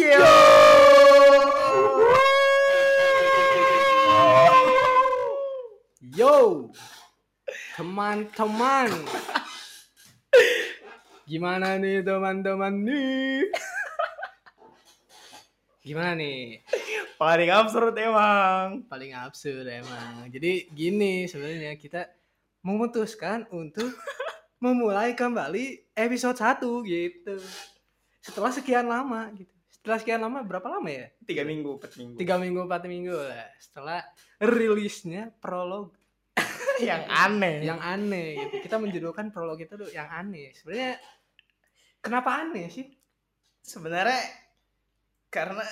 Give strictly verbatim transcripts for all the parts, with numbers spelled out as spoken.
Yo. Yo. Teman-teman. Gimana nih teman-teman nih? Gimana nih? Paling absurd emang. Paling absurd emang. Jadi gini sebenarnya kita memutuskan untuk memulai kembali episode satu gitu. Setelah sekian lama gitu. Setelah sekian lama berapa lama ya? Tiga minggu, empat minggu. Tiga minggu, empat minggu lah. Setelah rilisnya prolog yang aneh. Yang aneh gitu. Kita menjudulkan prolog itu tuh yang aneh. Sebenarnya kenapa aneh sih? Sebenarnya karena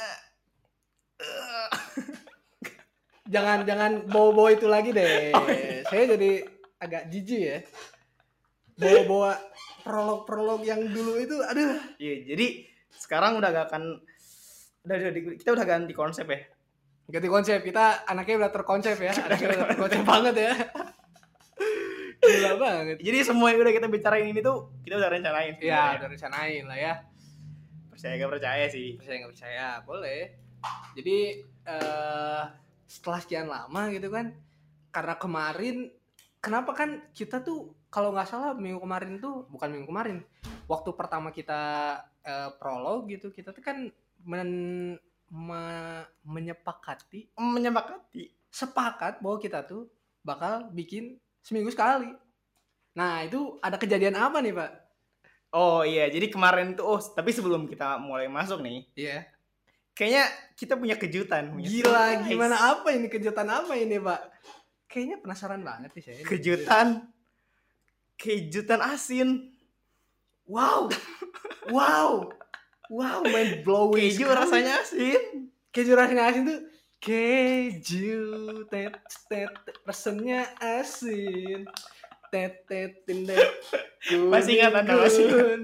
jangan jangan bawa-bawa itu lagi deh. Oh, iya. Saya jadi agak jijik ya. Bawa-bawa prolog-prolog yang dulu itu aduh. Iya, jadi sekarang udah gak akan udah, udah kita udah ganti konsep ya. Ganti konsep. Kita anaknya udah terkonsep ya. Anaknya udah terkonsep banget ya. Gila banget. Jadi semua yang udah kita bicarain ini tuh kita udah rencanain. Iya, udah rencanain lah ya. Percaya gak percaya sih. Percaya gak percaya, boleh. Jadi uh, setelah sekian lama gitu kan, karena kemarin kenapa kan kita tuh kalau nggak salah minggu kemarin tuh bukan minggu kemarin, waktu pertama kita uh, prolog gitu, kita tuh kan men, me, menyepakati menyepakati sepakat bahwa kita tuh bakal bikin seminggu sekali. Nah itu ada kejadian apa nih Pak? Oh iya, jadi kemarin tuh, oh tapi sebelum kita mulai masuk nih, iya, yeah. Kayaknya kita punya kejutan. Punya Gila, surprise. Gimana apa ini kejutan apa ini Pak? Kayaknya penasaran banget nih saya. Kejutan, kejutan asin. Wow, wow, wow, mind blowing. Keju sekali. Rasanya asin. Keju rasanya asin tuh keju, tet tet, rasanya asin. Tetetin deh. Masih ingat Anda masih ingat.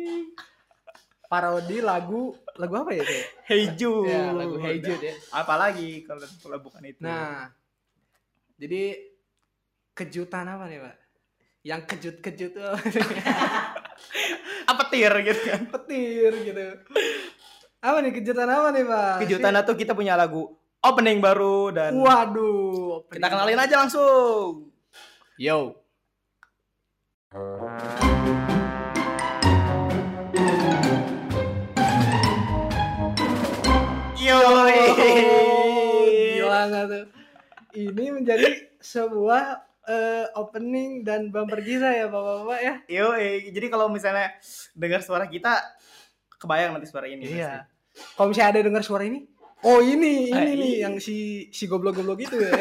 Parodi lagu lagu apa ya kayak? Heiju. Ya, lagu Heiju deh. Apalagi kalau kalau bukan itu. Nah, jadi kejutan apa nih Pak? Yang kejut-kejut tuh apa petir gitu kan? Petir gitu. Apa nih kejutan apa nih Pak? Kejutan itu kita punya lagu opening baru dan. Waduh. Kita kenalin aja langsung. Yo. Yoi. Gila nggak tuh? Ini menjadi sebuah uh, opening dan bumper kita ya bapak-bapak ya. Yoi. Jadi kalau misalnya dengar suara kita, kebayang nanti suara ini. Iya. Kalau misalnya ada dengar suara ini, oh ini ini ah, nih iya. yang si si goblok-goblok itu ya.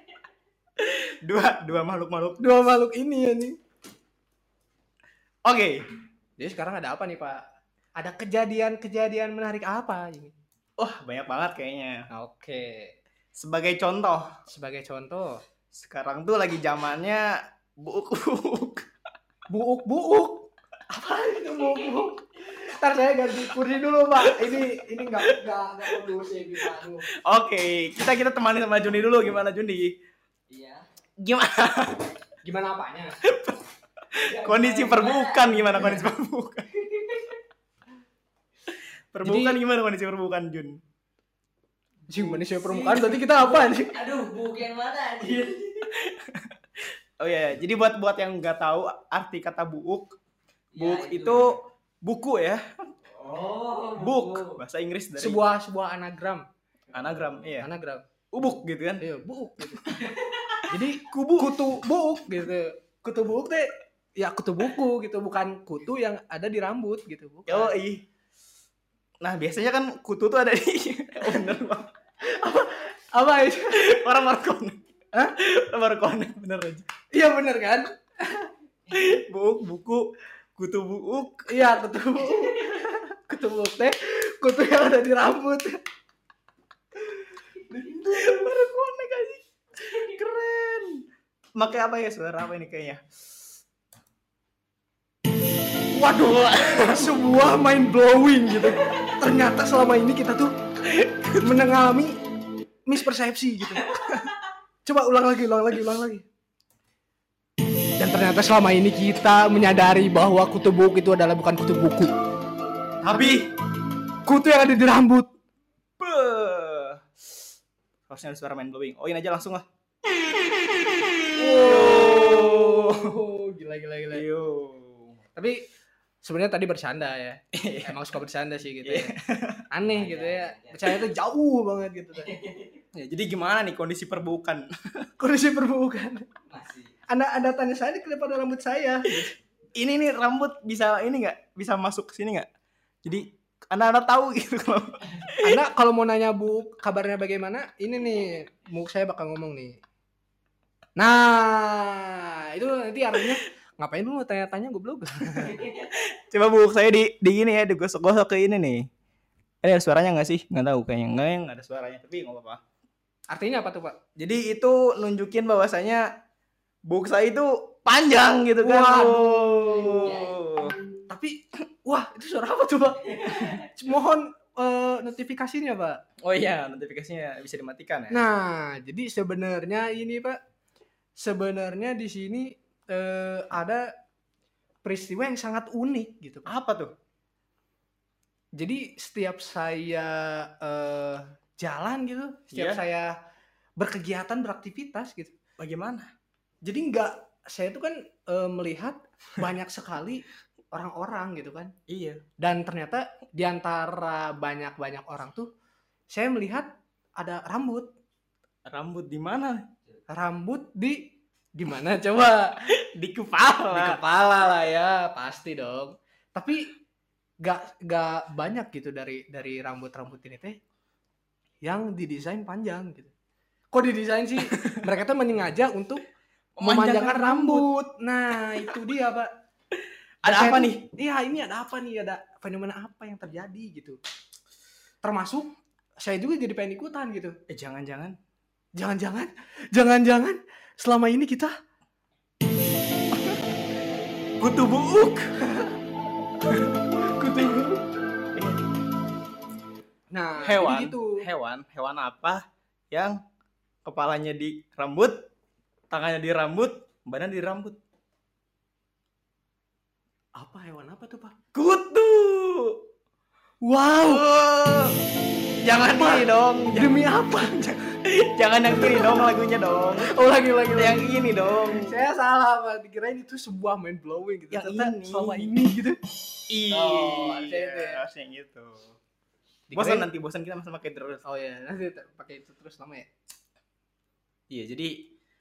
dua dua makhluk-makhluk. Dua makhluk ini ya nih. Oke. Okay. Jadi sekarang ada apa nih Pak? Ada kejadian-kejadian menarik apa ini? Wah, banyak banget kayaknya. Oke. Sebagai contoh. Sebagai contoh. Sekarang tuh lagi zamannya buuk-buuk. Buuk-buuk. Apa itu buuk-buuk? Ntar saya ganti kursi dulu Pak. Ini ini nggak nggak nggak perlu sih gitu. Oke, kita kita temani sama Juni dulu. Gimana Juni? Iya. Gimana? Gimana apanya? Kondisi perbukan gimana kondisi perbukan? Perbukan jadi, gimana kondisi perbukan Jun? Sih manusia permukaan berarti kita apa nih? Aduh, buuk yang mana anjir? Oh iya, jadi buat buat yang nggak tahu arti kata buuk, buuk ya, itu. itu buku ya. Oh, book bahasa Inggris dari sebuah sebuah anagram. Anagram, iya. Anagram. Ubuk gitu kan? Iya, buuk gitu. Jadi kubu kutu buuk gitu. Kutu buuk teh ya kutu buku gitu, bukan kutu yang ada di rambut gitu, bukan. Oh, iya. Nah, biasanya kan kutu tuh ada di bener Bang. Apa? Apa itu? Orang Markon. Hah? Markon bener aja. Iya bener kan? Buuk, buku, kutu buuk. Iya, kutu buuk. Kutu buuk teh kutu yang ada di rambut. Markon aja. Keren. Pakai apa ya? Suara apa ini kayaknya? Waduh, sebuah mind blowing gitu. Ternyata selama ini kita tuh mengalami mispersepsi gitu. Coba ulang lagi, ulang lagi, ulang lagi. Dan ternyata selama ini kita menyadari bahwa kutu buku itu adalah bukan kutu buku, tapi Buku tuh yang ada di rambut. Beuh. Harusnya ada suara mind blowing. Oh, ini aja langsung lah. Oh, gila gila gila. Yo. Tapi sebenarnya tadi bercanda ya. Emang suka bercanda sih gitu ya. Aneh gitu ya. Bercanda tuh jauh banget gitu tadi. Ya, jadi gimana nih kondisi perbukan? Kondisi perbukan. Masih. Anda Anda tanya saya kenapa ada rambut saya? Ini nih rambut bisa ini nggak? Bisa masuk ke sini nggak? Jadi Anda Anda tahu gitu kalau Anda kalau mau nanya Bu kabarnya bagaimana? Ini nih Bu saya bakal ngomong nih. Nah, itu nanti artinya ngapain lu tanya-tanya goblok? coba buk saya di di gini ya, digosok-gosok ke ini nih. Eh, ada suaranya nggak sih? Nggak tahu kayaknya nggak nggak ada suaranya, tapi nggak apa-apa. Artinya apa tuh, Pak? Jadi itu nunjukin bahwasanya buk saya itu panjang gitu kan. Waduh. Tapi wah, itu suara apa tuh, Pak? Mohon uh, notifikasinya, Pak. Oh iya, notifikasinya bisa dimatikan ya. Nah, jadi sebenarnya ini, Pak, sebenarnya di sini uh, ada peristiwa yang sangat unik gitu, Pak. Apa tuh? Jadi setiap saya uh, jalan gitu, setiap Iya. saya berkegiatan, beraktivitas gitu. Bagaimana? Jadi enggak, saya tuh kan uh, melihat banyak sekali orang-orang gitu kan. Iya. Dan ternyata di antara banyak-banyak orang tuh saya melihat ada rambut. Rambut di mana? Rambut di di mana coba? Di kepala. Di kepala lah ya, pasti dong. Tapi gak gak banyak gitu dari dari rambut-rambut ini teh yang didesain panjang gitu. Kok didesain sih? Mereka tuh menyengaja untuk memanjangkan rambut. Nah, itu dia, Pak. Ada Saya apa tuh- nih? Iya, ini ada apa nih? Ada fenomena apa yang terjadi gitu. Termasuk saya juga jadi pengen ikutan gitu. Eh, jangan-jangan Jangan-jangan, jangan-jangan selama ini kita kutu buuk. kutu. Nah, Hewan, jadi gitu. hewan, hewan apa yang kepalanya di rambut, tangannya di rambut, badan di rambut? Apa hewan apa tuh, Pak? Kutu. Wow, Oh, jangan Apa? ini dong. Jangan, demi apa? jangan yang ini dong lagunya dong. Oh, lagi lagi lagi. Yang ini dong. Saya salah, Pak. Dikirain itu sebuah mind blowing gitu. Yang Ternyata ini. selama ini gitu. Iya, Oh, harusnya itu ya. harusnya yang itu. Bosan Dikirain- nanti, bosan kita masih pakai terus. Oh ya, nanti t- pakai itu terus lama ya. Iya, jadi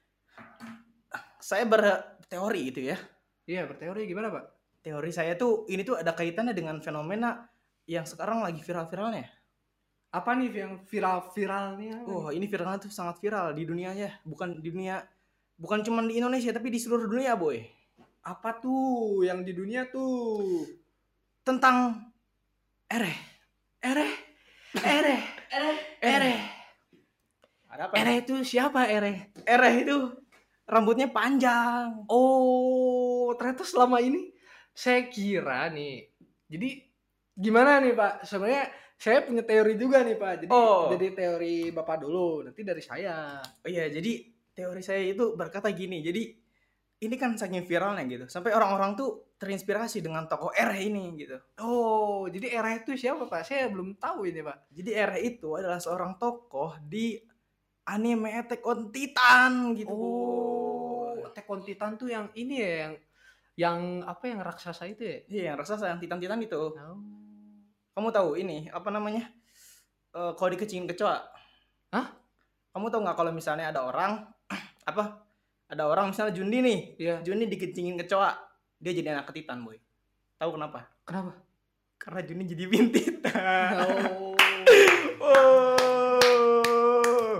saya berteori gitu ya. Iya, berteori gimana, Pak? Teori saya tuh ini tuh ada kaitannya dengan fenomena yang sekarang lagi viral-viralnya. Apa nih yang viral-viralnya? Wah, ini viralnya tuh sangat viral di dunia ya, bukan di dunia, bukan cuma di Indonesia tapi di seluruh dunia, boy. Apa tuh yang di dunia tuh? Tentang ereh. Ereh. Ereh. Eh, Ereh. Ada apa? Ereh itu siapa, Ereh? Ereh itu rambutnya panjang. Oh, ternyata selama ini saya kira nih. Jadi gimana nih, Pak? Sebenarnya saya punya teori juga nih, Pak. Jadi Oh. jadi teori Bapak dulu, nanti dari saya. Oh iya, jadi teori saya itu berkata gini. Jadi ini kan saking viralnya gitu, sampai orang-orang tuh terinspirasi dengan tokoh Ereh ini gitu. Oh, jadi Ereh itu siapa, Pak? Saya belum tahu ini, Pak. Jadi Ereh itu adalah seorang tokoh di anime Attack on Titan gitu. Oh, Attack on Titan tuh yang ini ya, yang yang apa yang raksasa itu ya? Iya, yang raksasa yang Titan-Titan itu. Oh. Kamu tahu ini apa namanya? Eh, kalau dikecilin kecoa. Hah? Kamu tahu nggak kalau misalnya ada orang apa? Ada orang misalnya Jundi nih. Iya. Jundi dikecilin kecoa, dia jadi anak Titan, boy. Tahu kenapa? Kenapa? Karena Jundi jadi bin Titan. Oh. Oh.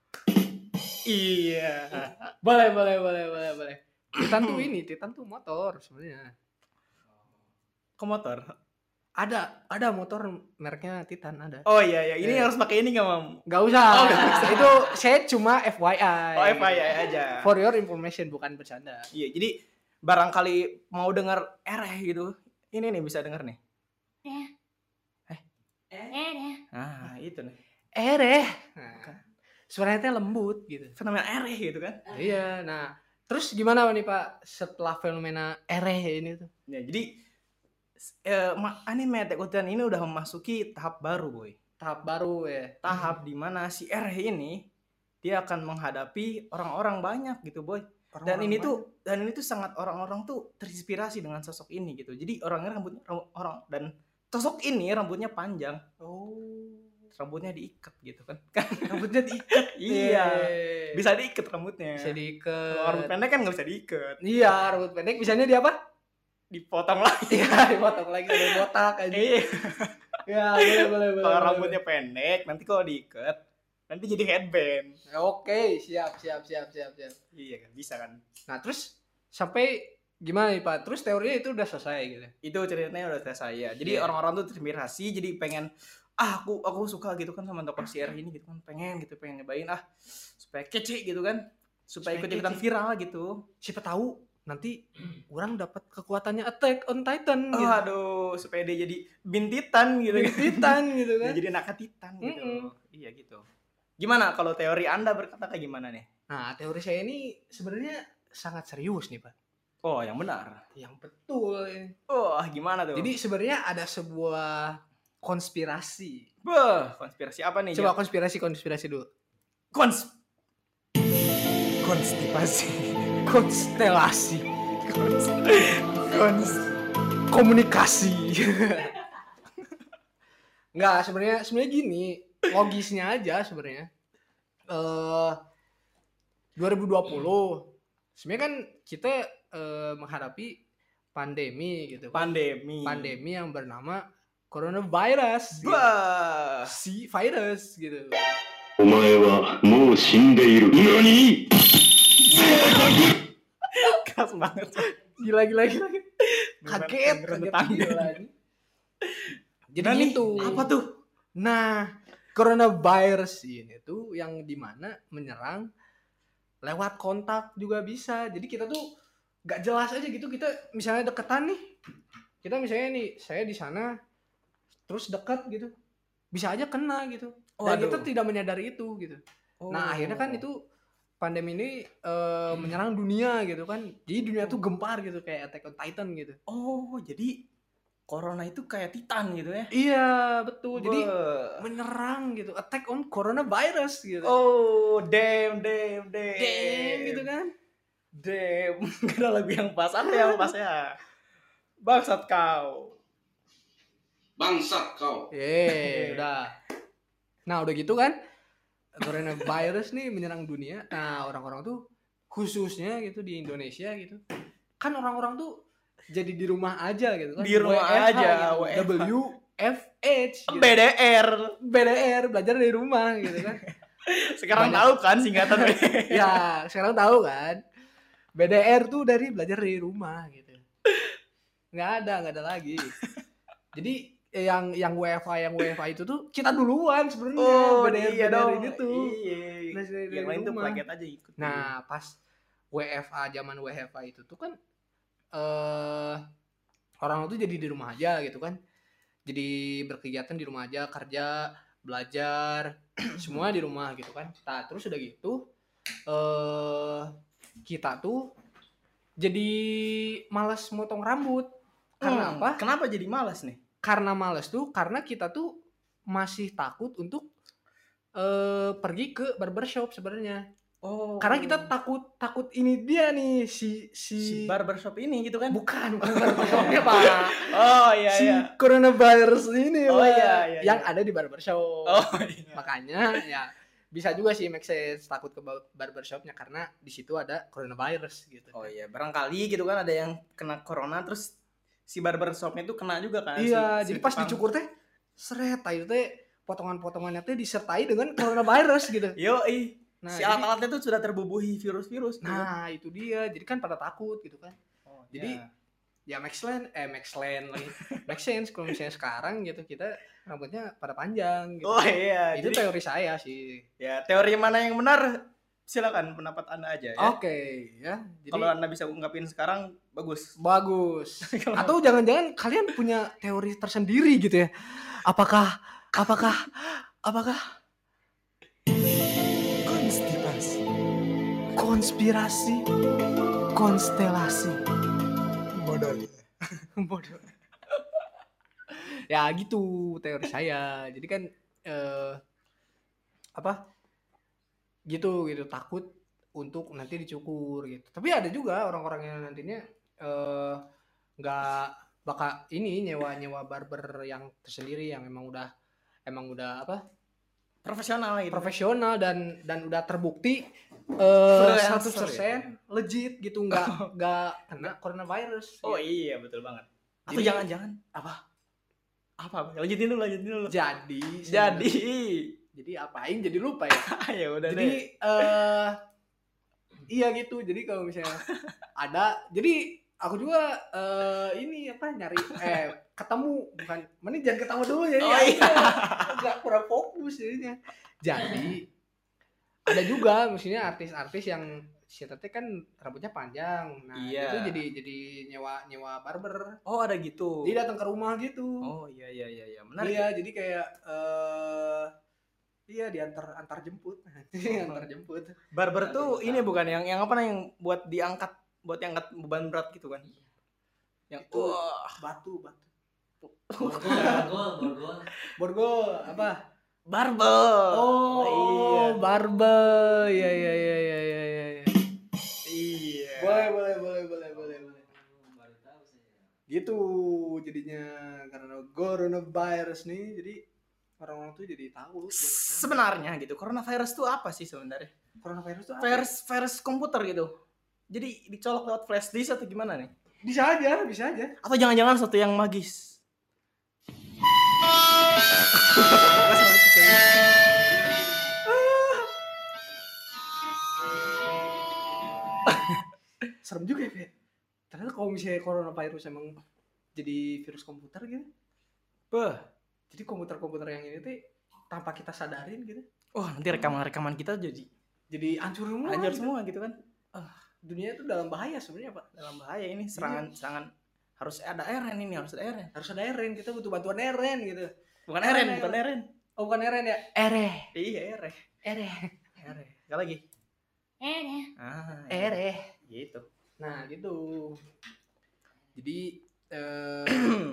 Iya. Boleh, boleh, boleh, boleh, boleh. Titan tuh ini, Titan tuh motor sebenarnya. Ke motor. Ada, ada motor mereknya Titan ada. Oh iya iya, ini Eh. harus pakai ini nggak, Mam? Gak usah. Oh, nggak usah. Itu saya cuma F Y I. Oh, F Y I aja. For your information, bukan bercanda. Iya, jadi barangkali mau denger Ereh gitu. Ini nih bisa denger nih. eh, Ah, itu nih. Ereh. Nah, suaranya lembut gitu. Fenomena Ereh gitu kan. Iya, nah terus gimana nih Pak setelah fenomena ereh ini tuh? Ya, jadi eh, ma- anime Attack on Titan ini udah memasuki tahap baru, boy. Tahap baru ya. Tahap di mana si R ini dia akan menghadapi orang-orang banyak gitu, boy. Dan Orang-orang ini banyak. tuh dan ini tuh sangat orang-orang tuh terinspirasi dengan sosok ini gitu. Jadi orangnya rambutnya ram- orang dan sosok ini rambutnya panjang, Oh. rambutnya diikat gitu kan. Kan Rambutnya diikat. iya. Yeay. Bisa diikat rambutnya. Bisa Kalau diikat. rambut pendek kan nggak bisa diikat. Iya, rambut pendek bisanya di apa? Dipotong lagi. Iya, dipotong lagi sampai botak aja. Iya. Ya, boleh boleh boleh. Kalau boleh. rambutnya pendek, nanti kalau diikat nanti jadi headband. Oke, siap siap siap siap siap. Iya kan, bisa kan. Nah, terus sampai gimana nih, Pak? Terus teorinya itu udah selesai gitu. Itu ceritanya udah selesai ya. Jadi Iya. orang-orang tuh terinspirasi, jadi pengen ah aku aku suka gitu kan sama tokoh si R ini gitu kan, pengen gitu pengen nyobain ah supaya kece gitu kan, supaya Supaya ikut-ikutan kece. viral gitu. Siapa tahu nanti orang dapat kekuatannya Attack on Titan Oh, gitu. aduh, supaya dia jadi bintitan gitu kan. Titan gitu Dia kan. jadi nakatitan gitu. Mm-mm. Iya gitu. Gimana kalau teori Anda berkata kayak gimana nih? Nah, teori saya ini sebenarnya sangat serius nih, Pak. Oh, yang benar. Yang betul ini. Oh, gimana tuh? Jadi sebenarnya ada sebuah konspirasi. Beuh, konspirasi apa nih? Coba Jam? konspirasi-konspirasi dulu. Kons konstipasi. Konstelasi, Kons Kons komunikasi. Enggak, sebenarnya sebenarnya gini, logisnya aja sebenarnya. Eh dua ribu dua puluh sebenarnya kan kita eh, menghadapi pandemi gitu. kan. pandemi. Pandemi yang bernama coronavirus. gitu. Bah. Si virus gitu. お前はもう死んでいる。何 Keras banget. Gila gila gila. Kaget, Beneran kaget tetangga. gila ini. Jadi Nah nih, gitu. apa tuh? Nah, coronavirus ini tuh yang dimana menyerang lewat kontak juga bisa. Jadi kita tuh gak jelas aja gitu, kita misalnya deketan nih. Kita misalnya nih, saya di sana terus dekat gitu. Bisa aja kena gitu. Dan Waduh. kita tidak menyadari itu gitu. Nah, akhirnya kan itu pandemi ini eh, menyerang dunia gitu kan. Jadi dunia tuh gempar gitu kayak Attack on Titan gitu. Oh, jadi corona itu kayak Titan gitu ya? Iya, betul. Jadi Beuh. menyerang gitu, attack on coronavirus gitu. Oh, damn, damn, damn. Damn gitu kan. Damn. Gak ada lagu yang pas. Apa yang pas ya? Bangsat kau. Bangsat kau. Yeay, udah. Nah, udah gitu kan. Coronavirus nih menyerang dunia. Nah, orang-orang tuh khususnya gitu di Indonesia gitu. Kan orang-orang tuh jadi di rumah aja gitu kan. Di rumah W F H aja, gitu. W F H. W F H gitu. B D R. B D R, belajar dari rumah gitu kan. Sekarang Banyak. tahu kan singkatan B D R? Ya, sekarang tahu kan. B D R tuh dari belajar dari rumah gitu. Nggak ada, nggak ada lagi. Jadi eh, yang yang W F H yang W F H itu tuh kita duluan sebenarnya Oh, B D R iya B D R dong. ini tuh. Iya. Belajar dari Yang lain tuh rumah. plagiat aja ikut. Nah, pas W F H zaman W F H itu tuh kan eh orang tuh jadi di rumah aja gitu kan. Jadi berkegiatan di rumah aja, kerja, belajar, semua di rumah gitu kan. Nah, terus udah gitu eh kita tuh jadi malas motong rambut. Karena Hmm, apa? Kenapa jadi malas nih? Karena malas tuh karena kita tuh masih takut untuk eh pergi ke barbershop sebenarnya. Oh. Karena kita takut takut ini dia nih si si, si barbershop ini gitu kan? bukan bukan barbershopnya Pak. Oh iya Si iya. coronavirus ini Oh, Pak, iya, iya, yang iya. ada di barbershop. Oh iya. Makanya ya bisa juga sih make sense takut ke bar- barbershopnya karena di situ ada coronavirus gitu. Oh iya, barangkali gitu kan ada yang kena corona terus si barbershopnya itu kena juga kan? Iya, si, jadi si pas tukang- dicukur teh seret aja teh potongan-potongannya teh disertai dengan coronavirus gitu. Yo, ih. Nah, si jadi- alat-alatnya tuh sudah terbubuhi virus-virus. gitu. Nah, itu dia. Jadi kan pada takut gitu kan. Oh, jadi- iya. Ya make sense, eh make sense lagi. Make sense kalau misalnya sekarang gitu kita rambutnya pada panjang gitu. Oh iya. Itu jadi, teori saya sih. ya teori mana yang benar? Silakan pendapat Anda aja ya. Oke, ya. Jadi Kalau Anda bisa ungkapin sekarang bagus. bagus. Atau jangan-jangan kalian punya teori tersendiri gitu ya. Apakah apakah apakah Konstipasi. konspirasi konstelasi Bodoh. bodoh Ya gitu teori saya. Jadi kan eh, apa? Gitu gitu takut untuk nanti dicukur gitu. Tapi ada juga orang-orang yang nantinya eh, nggak bakal ini nyewa-nyewa barber yang tersendiri yang emang udah emang udah apa? Profesional gitu. Profesional dan dan udah terbukti eh Freelancer seratus persen legit gitu nggak nggak kena coronavirus. Oh ya. iya betul banget. Atau Jadi- jangan-jangan Apa? apa? Lanjutin dulu, lanjutin dulu. Jadi Jadi, jadi apain jadi lupa ya. ya udah Jadi deh. eh iya gitu. Jadi kalau misalnya ada jadi aku juga eh ini apa nyari eh ketemu bukan mending jangan ketawa dulu ya. Oh, ya, iya. Enggak kurang fokus jadinya. Jadi ada juga maksudnya artis-artis yang si Tete kan rambutnya panjang. Nah, Iya. itu jadi jadi nyewa nyewa barber. Oh ada gitu. Dia datang ke rumah gitu. Oh iya iya iya iya. Menarik. Iya, jadi kayak eh iya diantar antar jemput. antar jemput. Barber tuh ini bukan yang yang apa nih yang buat diangkat buat diangkat beban berat gitu kan? Yang Itu wah, batu, batu. Borgol, borgol, borgol. Borgol apa? barbel. Oh, iya. barber. Iya iya iya iya iya iya. Iya. Boleh boleh boleh boleh boleh boleh. Baru tahu saya. Gitu jadinya karena coronavirus nih jadi orang-orang tuh jadi tahu buat sekarang. Sebenarnya gitu, coronavirus tuh apa sih sebenarnya? Coronavirus tuh apa? Virus virus komputer gitu. Jadi dicolok lewat flash disk atau gimana nih? Bisa aja, bisa aja. Atau jangan-jangan satu yang magis? Serem juga ya, Fe. Ternyata kalau misalnya coronavirus emang jadi virus komputer gitu. Beh, Jadi komputer-komputer yang ini tuh tanpa kita sadarin gitu. wah nanti rekaman-rekaman kita jadi Jadi hancur semua. hancur gitu. semua gitu kan? Dunia itu dalam bahaya sebenarnya, Pak. Dalam bahaya ini serangan serangan harus ada Eren ini harus ada Eren. Harus ada Eren, kita butuh bantuan Eren gitu. Bukan Eren, Eren, Eren. bukan Eren. Oh, bukan Eren ya? Ere. Iya Eren. Ere. Eren. Sekali lagi. Eh, Ah, Ere. gitu. Nah, gitu. Jadi eh,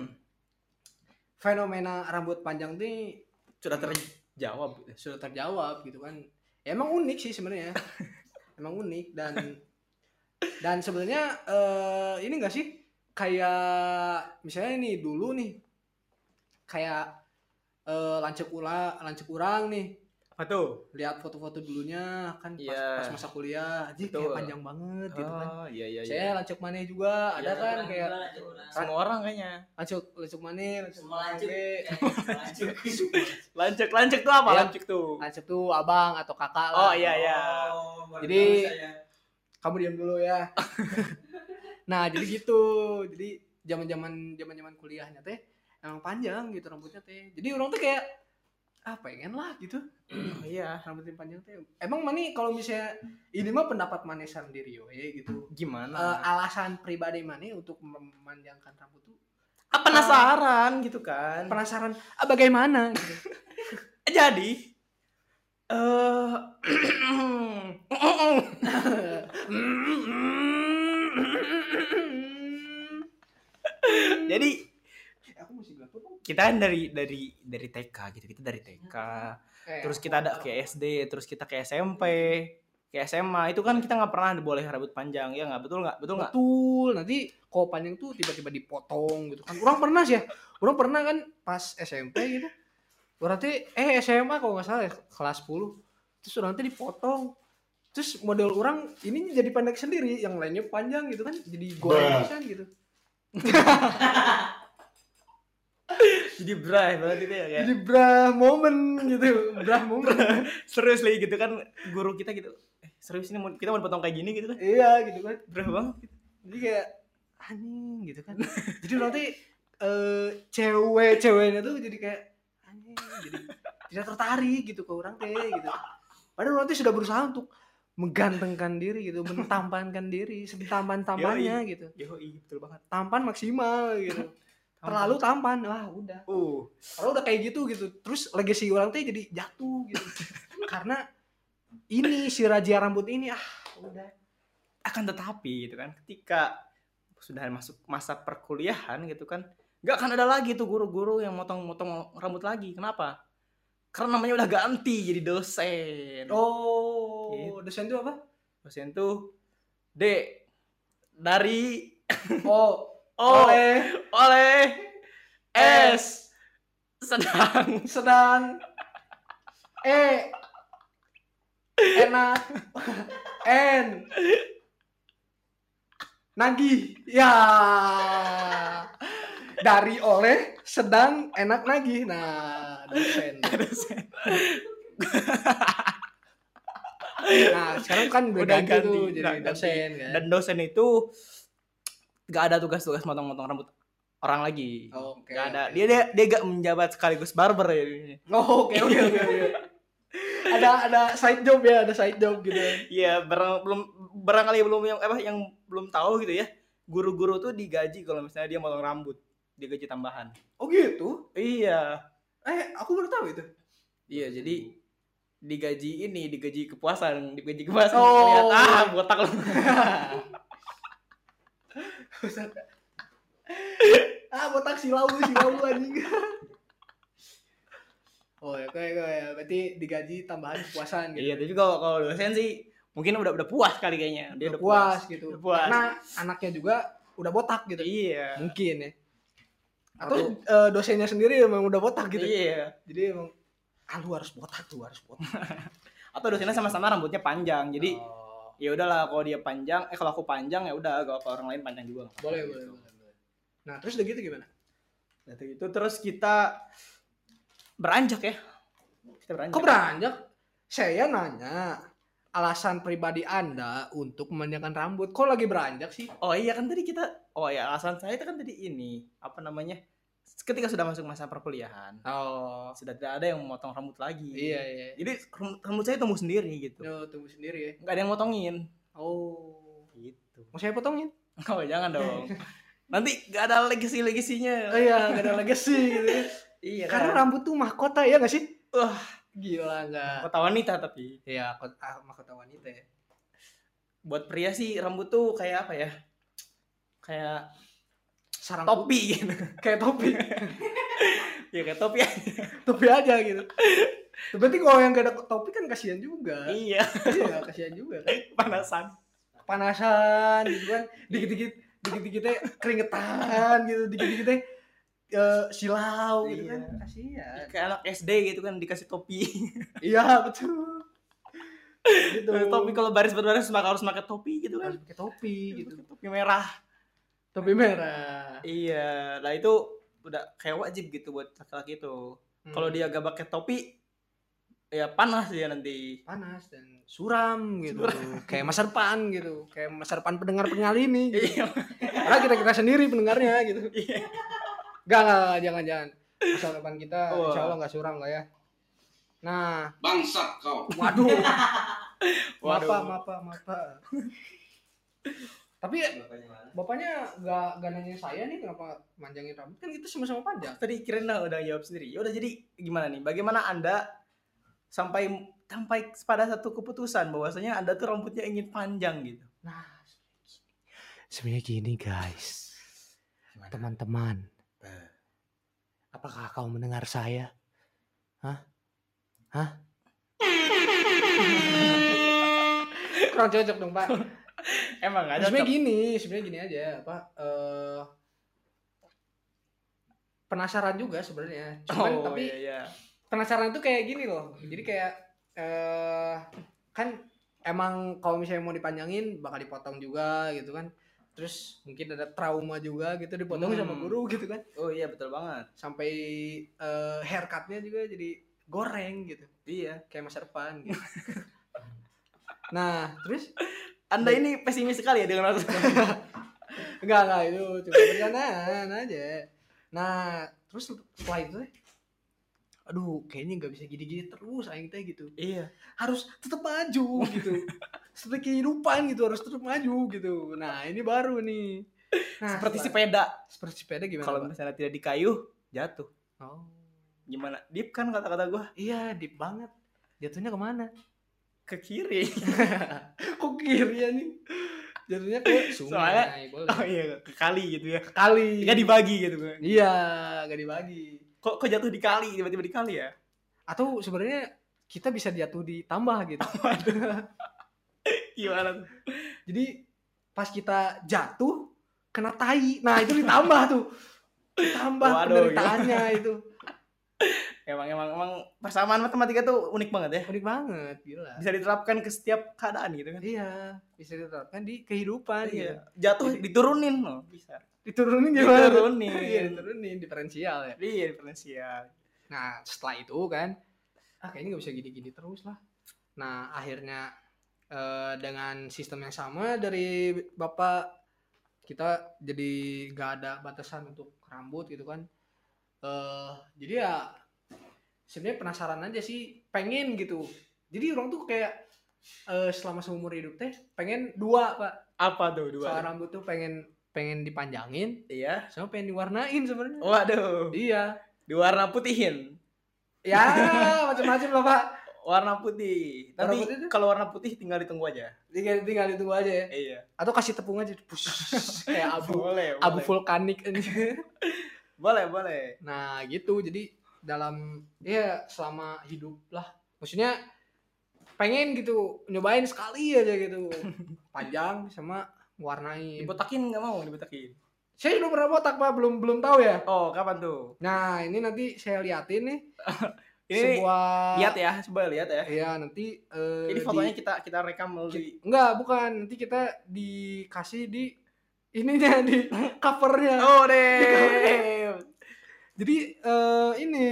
fenomena rambut panjang ini Sudah terjawab. sudah terjawab gitu kan. Ya, emang unik sih sebenarnya. Emang unik dan dan sebenarnya eh, ini enggak sih kayak misalnya nih dulu nih kayak eh, lancip ula lancip urang nih Apa tuh? lihat foto-foto dulunya kan pas, Iya. pas masa kuliah aja Betul. kayak panjang banget gitu kan. Oh, iya iya Saya iya. lancip maneh juga ada Iya, kan orang kayak juga lanjut orang. Semua orang kayaknya. lancip lancip maneh lancip Semua lanjut. maneh. Eh, lanjut. Lancek lancek tuh apa? Iya. Lancek tuh. Lancip tuh abang atau kakak lah. Oh iya iya. Oh, baru Jadi- tahu saya. Kamu diam dulu ya. Nah, jadi gitu. Jadi zaman-zaman zaman-zaman kuliahnya teh emang panjang gitu rambutnya teh. Jadi orang tuh kayak ah pengen lah gitu Oh, iya. rambutnya panjang teh. Emang mani kalau misalnya ini mah pendapat maneh sendiri yo ya gitu. Gimana? Eh, alasan pribadi maneh untuk memanjangkan rambut tuh Ah, penasaran gitu kan. penasaran ah, bagaimana gitu. Jadi eh jadi aku mesti bilang tuh kita kan dari dari dari T K gitu. Kita dari T K. eh, Terus kita ada ke S D, terus kita ke S M P, ke S M A. Itu kan kita nggak pernah boleh rambut panjang. Ya nggak? Betul nggak? Betul nggak? betul nanti kalau panjang tuh tiba-tiba dipotong gitu kan orang pernah sih ya orang pernah kan pas S M P gitu berarti eh S M A kalau nggak salah ya, kelas sepuluh terus orang tuh dipotong terus model orang ini jadi pendek sendiri yang lainnya panjang gitu kan jadi goreng pisan gitu Jadi bray banget itu ya kayak. jadi brah momen gitu brah momen Serius lagi gitu kan guru kita gitu. Eh, serius ini mau- kita mau potong kayak gini gitu kan. iya gitu kan Bray banget gitu. jadi kayak anjing gitu kan jadi nanti eh cewek-ceweknya tuh jadi kayak anjing jadi tidak tertarik gitu ke orang teh gitu padahal nanti sudah berusaha untuk menggantengkan diri gitu mentampankan diri setampan-tampannya gitu Yoi, betul banget. tampan maksimal gitu terlalu tampan wah udah Uh, kalau udah kayak gitu gitu terus legacy orang teh jadi jatuh gitu karena ini si raja rambut ini ah udah akan tetapi gitu kan ketika sudah masuk masa perkuliahan gitu kan Nggak akan ada lagi tuh guru-guru yang motong-motong rambut lagi. Kenapa? Karena namanya udah ganti jadi dosen. Oh, Gitu. dosen itu apa? Dosen tuh D dari Oh, O oleh oleh S sedang sedang E enak N nagih. Ya. Dari oleh sedang enak nagih. Nah, dosen. dosen. Nah, sekarang kan udah, Udah ganti, ganti, tuh udah jadi ganti. dosen kan. Dan dosen itu nggak ada tugas-tugas motong-motong rambut orang lagi. Oke. Nggak ada. oke. Dia dia dia gak menjabat sekaligus barber ya. Oh, oke oke oke oke. Ada ada side job ya, ada side job gitu. Iya, barang belum barangkali belum yang apa yang belum tahu gitu ya. Guru-guru tuh digaji kalau misalnya dia motong rambut, digaji tambahan. Oh gitu? Iya. Eh, aku baru tahu itu. Iya, jadi digaji ini, digaji kepuasan, digaji kepuasan. Oh. Lihat, ah, botak lu. Ah, botak silau silau anjing. Oh ya, kayak kayak berarti digaji tambahan kepuasan gitu. Iya, tapi kalau kalau dosen sih mungkin udah udah puas kali kayaknya. Dia Udah udah, puas gitu. Udah puas. Karena anaknya juga udah botak gitu. Iya. Mungkin ya. Atau eh, dosennya sendiri emang udah botak gitu. Iya. Jadi emang ah lu harus botak tuh, harus botak. Atau dosennya sama-sama rambutnya panjang. Jadi Oh. ya udahlah kalau dia panjang, eh kalau aku panjang ya udah, kalau orang lain panjang juga. nggak Boleh, apa-apa boleh, gitu. boleh, boleh. Nah, terus udah gitu gimana? Nah, itu terus kita beranjak ya. Kita beranjak. Kok beranjak? Saya nanya alasan pribadi Anda untuk memanjangkan rambut. Kok lagi beranjak sih? Oh iya kan tadi kita, oh ya alasan saya itu kan tadi ini, apa namanya? Ketika sudah masuk masa perkuliahan, Oh. sudah tidak ada yang memotong rambut lagi. Iya, iya. Jadi ram- rambut saya tumbuh sendiri gitu. Yo, tunggu sendiri ya. Nggak ada yang motongin. Oh. Gitu. Mau saya potongin? Oh jangan dong. Nanti nggak ada legasi-legasinya. Oh iya, gak ada legacy gitu ya. Iya Karena kan. rambut tuh mahkota ya gak sih? Wah, Gila enggak? kota wanita tapi. Iya, kota, ah, mahkota wanita ya. Buat pria sih rambut tuh kayak apa ya? Kayak Sarang topi gitu. kayak topi. Ya kayak topi aja. Topi aja gitu. Berarti kalau yang gak ada topi kan kasihan juga. Iya, Iya, kasihan juga kan. panasan. Panasan gitu kan. Dikit-dikit dikit-dikitnya keringetan gitu, dikit-dikitnya eh, silau gitu Iya. kan. Kasihan. Kayak anak S D gitu kan dikasih topi. Iya, betul. Gitu. Topi kalau baris berbaris maka harus pakai topi gitu kan. harus pakai topi gitu. Topi merah. Topi merah. Iya, nah itu udah kayak wajib gitu buat laki-laki itu. Kalau Hmm. dia gak pakai topi, ya panas dia nanti. panas dan suram gitu, kayak Mas Erpan gitu, kayak Mas Erpan pendengar-pendengar ini gitu. Iya. Karena kita kita sendiri pendengarnya gitu. Iya. Gak, gak, jangan jangan. Mas Erpan kita Wah. insya Allah nggak suram lah ya. Nah, Bangsat kau. waduh, Waduh. mapa mapa mapa. Tapi Bapaknya mana? bapaknya nggak nggak nanya saya nih kenapa manjangin rambut, kan kita sama-sama panjang. Tadi kirain udah, udah jawab sendiri. Ya udah, jadi gimana nih? Bagaimana Anda sampai sampai pada satu keputusan bahwasanya Anda tuh rambutnya ingin panjang gitu? Nah, sebenarnya gini guys, teman-teman, apakah kau mendengar saya? Hah? Hah? Kurang cocok dong Pak. Emang nggak Sebenarnya cocok. gini, sebenarnya gini aja, apa? eh, penasaran juga sebenarnya. Cuman Oh tapi iya, iya. penasaran itu kayak gini loh. Jadi kayak eh kan emang kalau misalnya mau dipanjangin bakal dipotong juga gitu kan. Terus mungkin ada trauma juga gitu dipotong Hmm. sama guru gitu kan. Oh iya, betul banget. Sampai eh, haircutnya juga jadi goreng gitu. Iya. Kayak Mas Erpan gitu. Nah, terus Anda ini pesimis sekali ya dengan hal tersebut. enggak enggak itu cuma bercandaan aja. Nah, terus setelah itu teh, aduh kayaknya nggak bisa gini-gini terus aing teh gitu. Iya. Harus tetap maju gitu. Seperti kehidupan gitu, harus tetap maju gitu. Nah, ini baru nih. Nah, Seperti setelah- sepeda. seperti sepeda gimana? Kalau Pak? misalnya tidak dikayuh, jatuh. Oh. Gimana? Deep kan kata-kata gua? Iya, deep banget. Jatuhnya kemana? Ke kiri. Kok kiri ya nih? Jatuhnya ke Soalnya- sungai, boleh. Oh iya, ke kali gitu ya. Kali. Nggak dibagi gitu. Iya, gak dibagi. Kok kok jatuh di kali, tiba-tiba di kali ya? Atau sebenarnya kita bisa jatuh ditambah gitu. Gimana tuh? Jadi pas kita jatuh kena tai. Nah, itu ditambah tuh. Ditambah Waduh, penderitaannya itu. Emang emang emang persamaan matematika tuh unik banget ya. Unik banget, gila. Bisa diterapkan ke setiap keadaan gitu kan. Iya, bisa diterapkan di kehidupan gitu. Iya. Jatuh diturunin loh, bisa. Diturunin gimana? Diturunin. Iya, diturunin diferensial ya. Iya, diferensial. Nah, setelah itu kan, ah kayaknya nggak bisa gini-gini terus lah. Nah, akhirnya eh, dengan sistem yang sama dari Bapak, kita jadi nggak ada batasan untuk rambut gitu kan. Eh, jadi ya sebenarnya penasaran aja sih, pengen gitu. Jadi orang tuh kayak eh, selama seumur hidup teh pengen dua, Pak. Apa tuh dua? Soal rambut tuh pengen pengen dipanjangin, Iya. sama pengen diwarnain sebenarnya. Waduh. Iya. Diwarna putihin. Ya, macam-macam lah, Pak. Warna putih. Warna Nanti putih tuh? kalau warna putih tinggal ditunggu aja. Tinggal tinggal ditunggu aja ya. Iya. Atau kasih tepung aja, push, kayak abu Boleh, abu boleh. vulkanik ini. Boleh, boleh. Nah, gitu. Jadi dalam ya selama hidup lah. Maksudnya pengen gitu nyobain sekali aja gitu. Panjang sama warnain. Dibotakin nggak mau dibotakin. Saya udah pernah botak, Pak, belum belum tahu ya. Oh, kapan tuh? Nah, ini nanti saya liatin nih. Ini sebuah lihat ya, coba lihat ya. Iya, nanti eh, Ini di- fotonya kita kita rekam melalui. enggak, bukan. Nanti kita dikasih di ininya di covernya. Oh, deh. Jadi eh, ini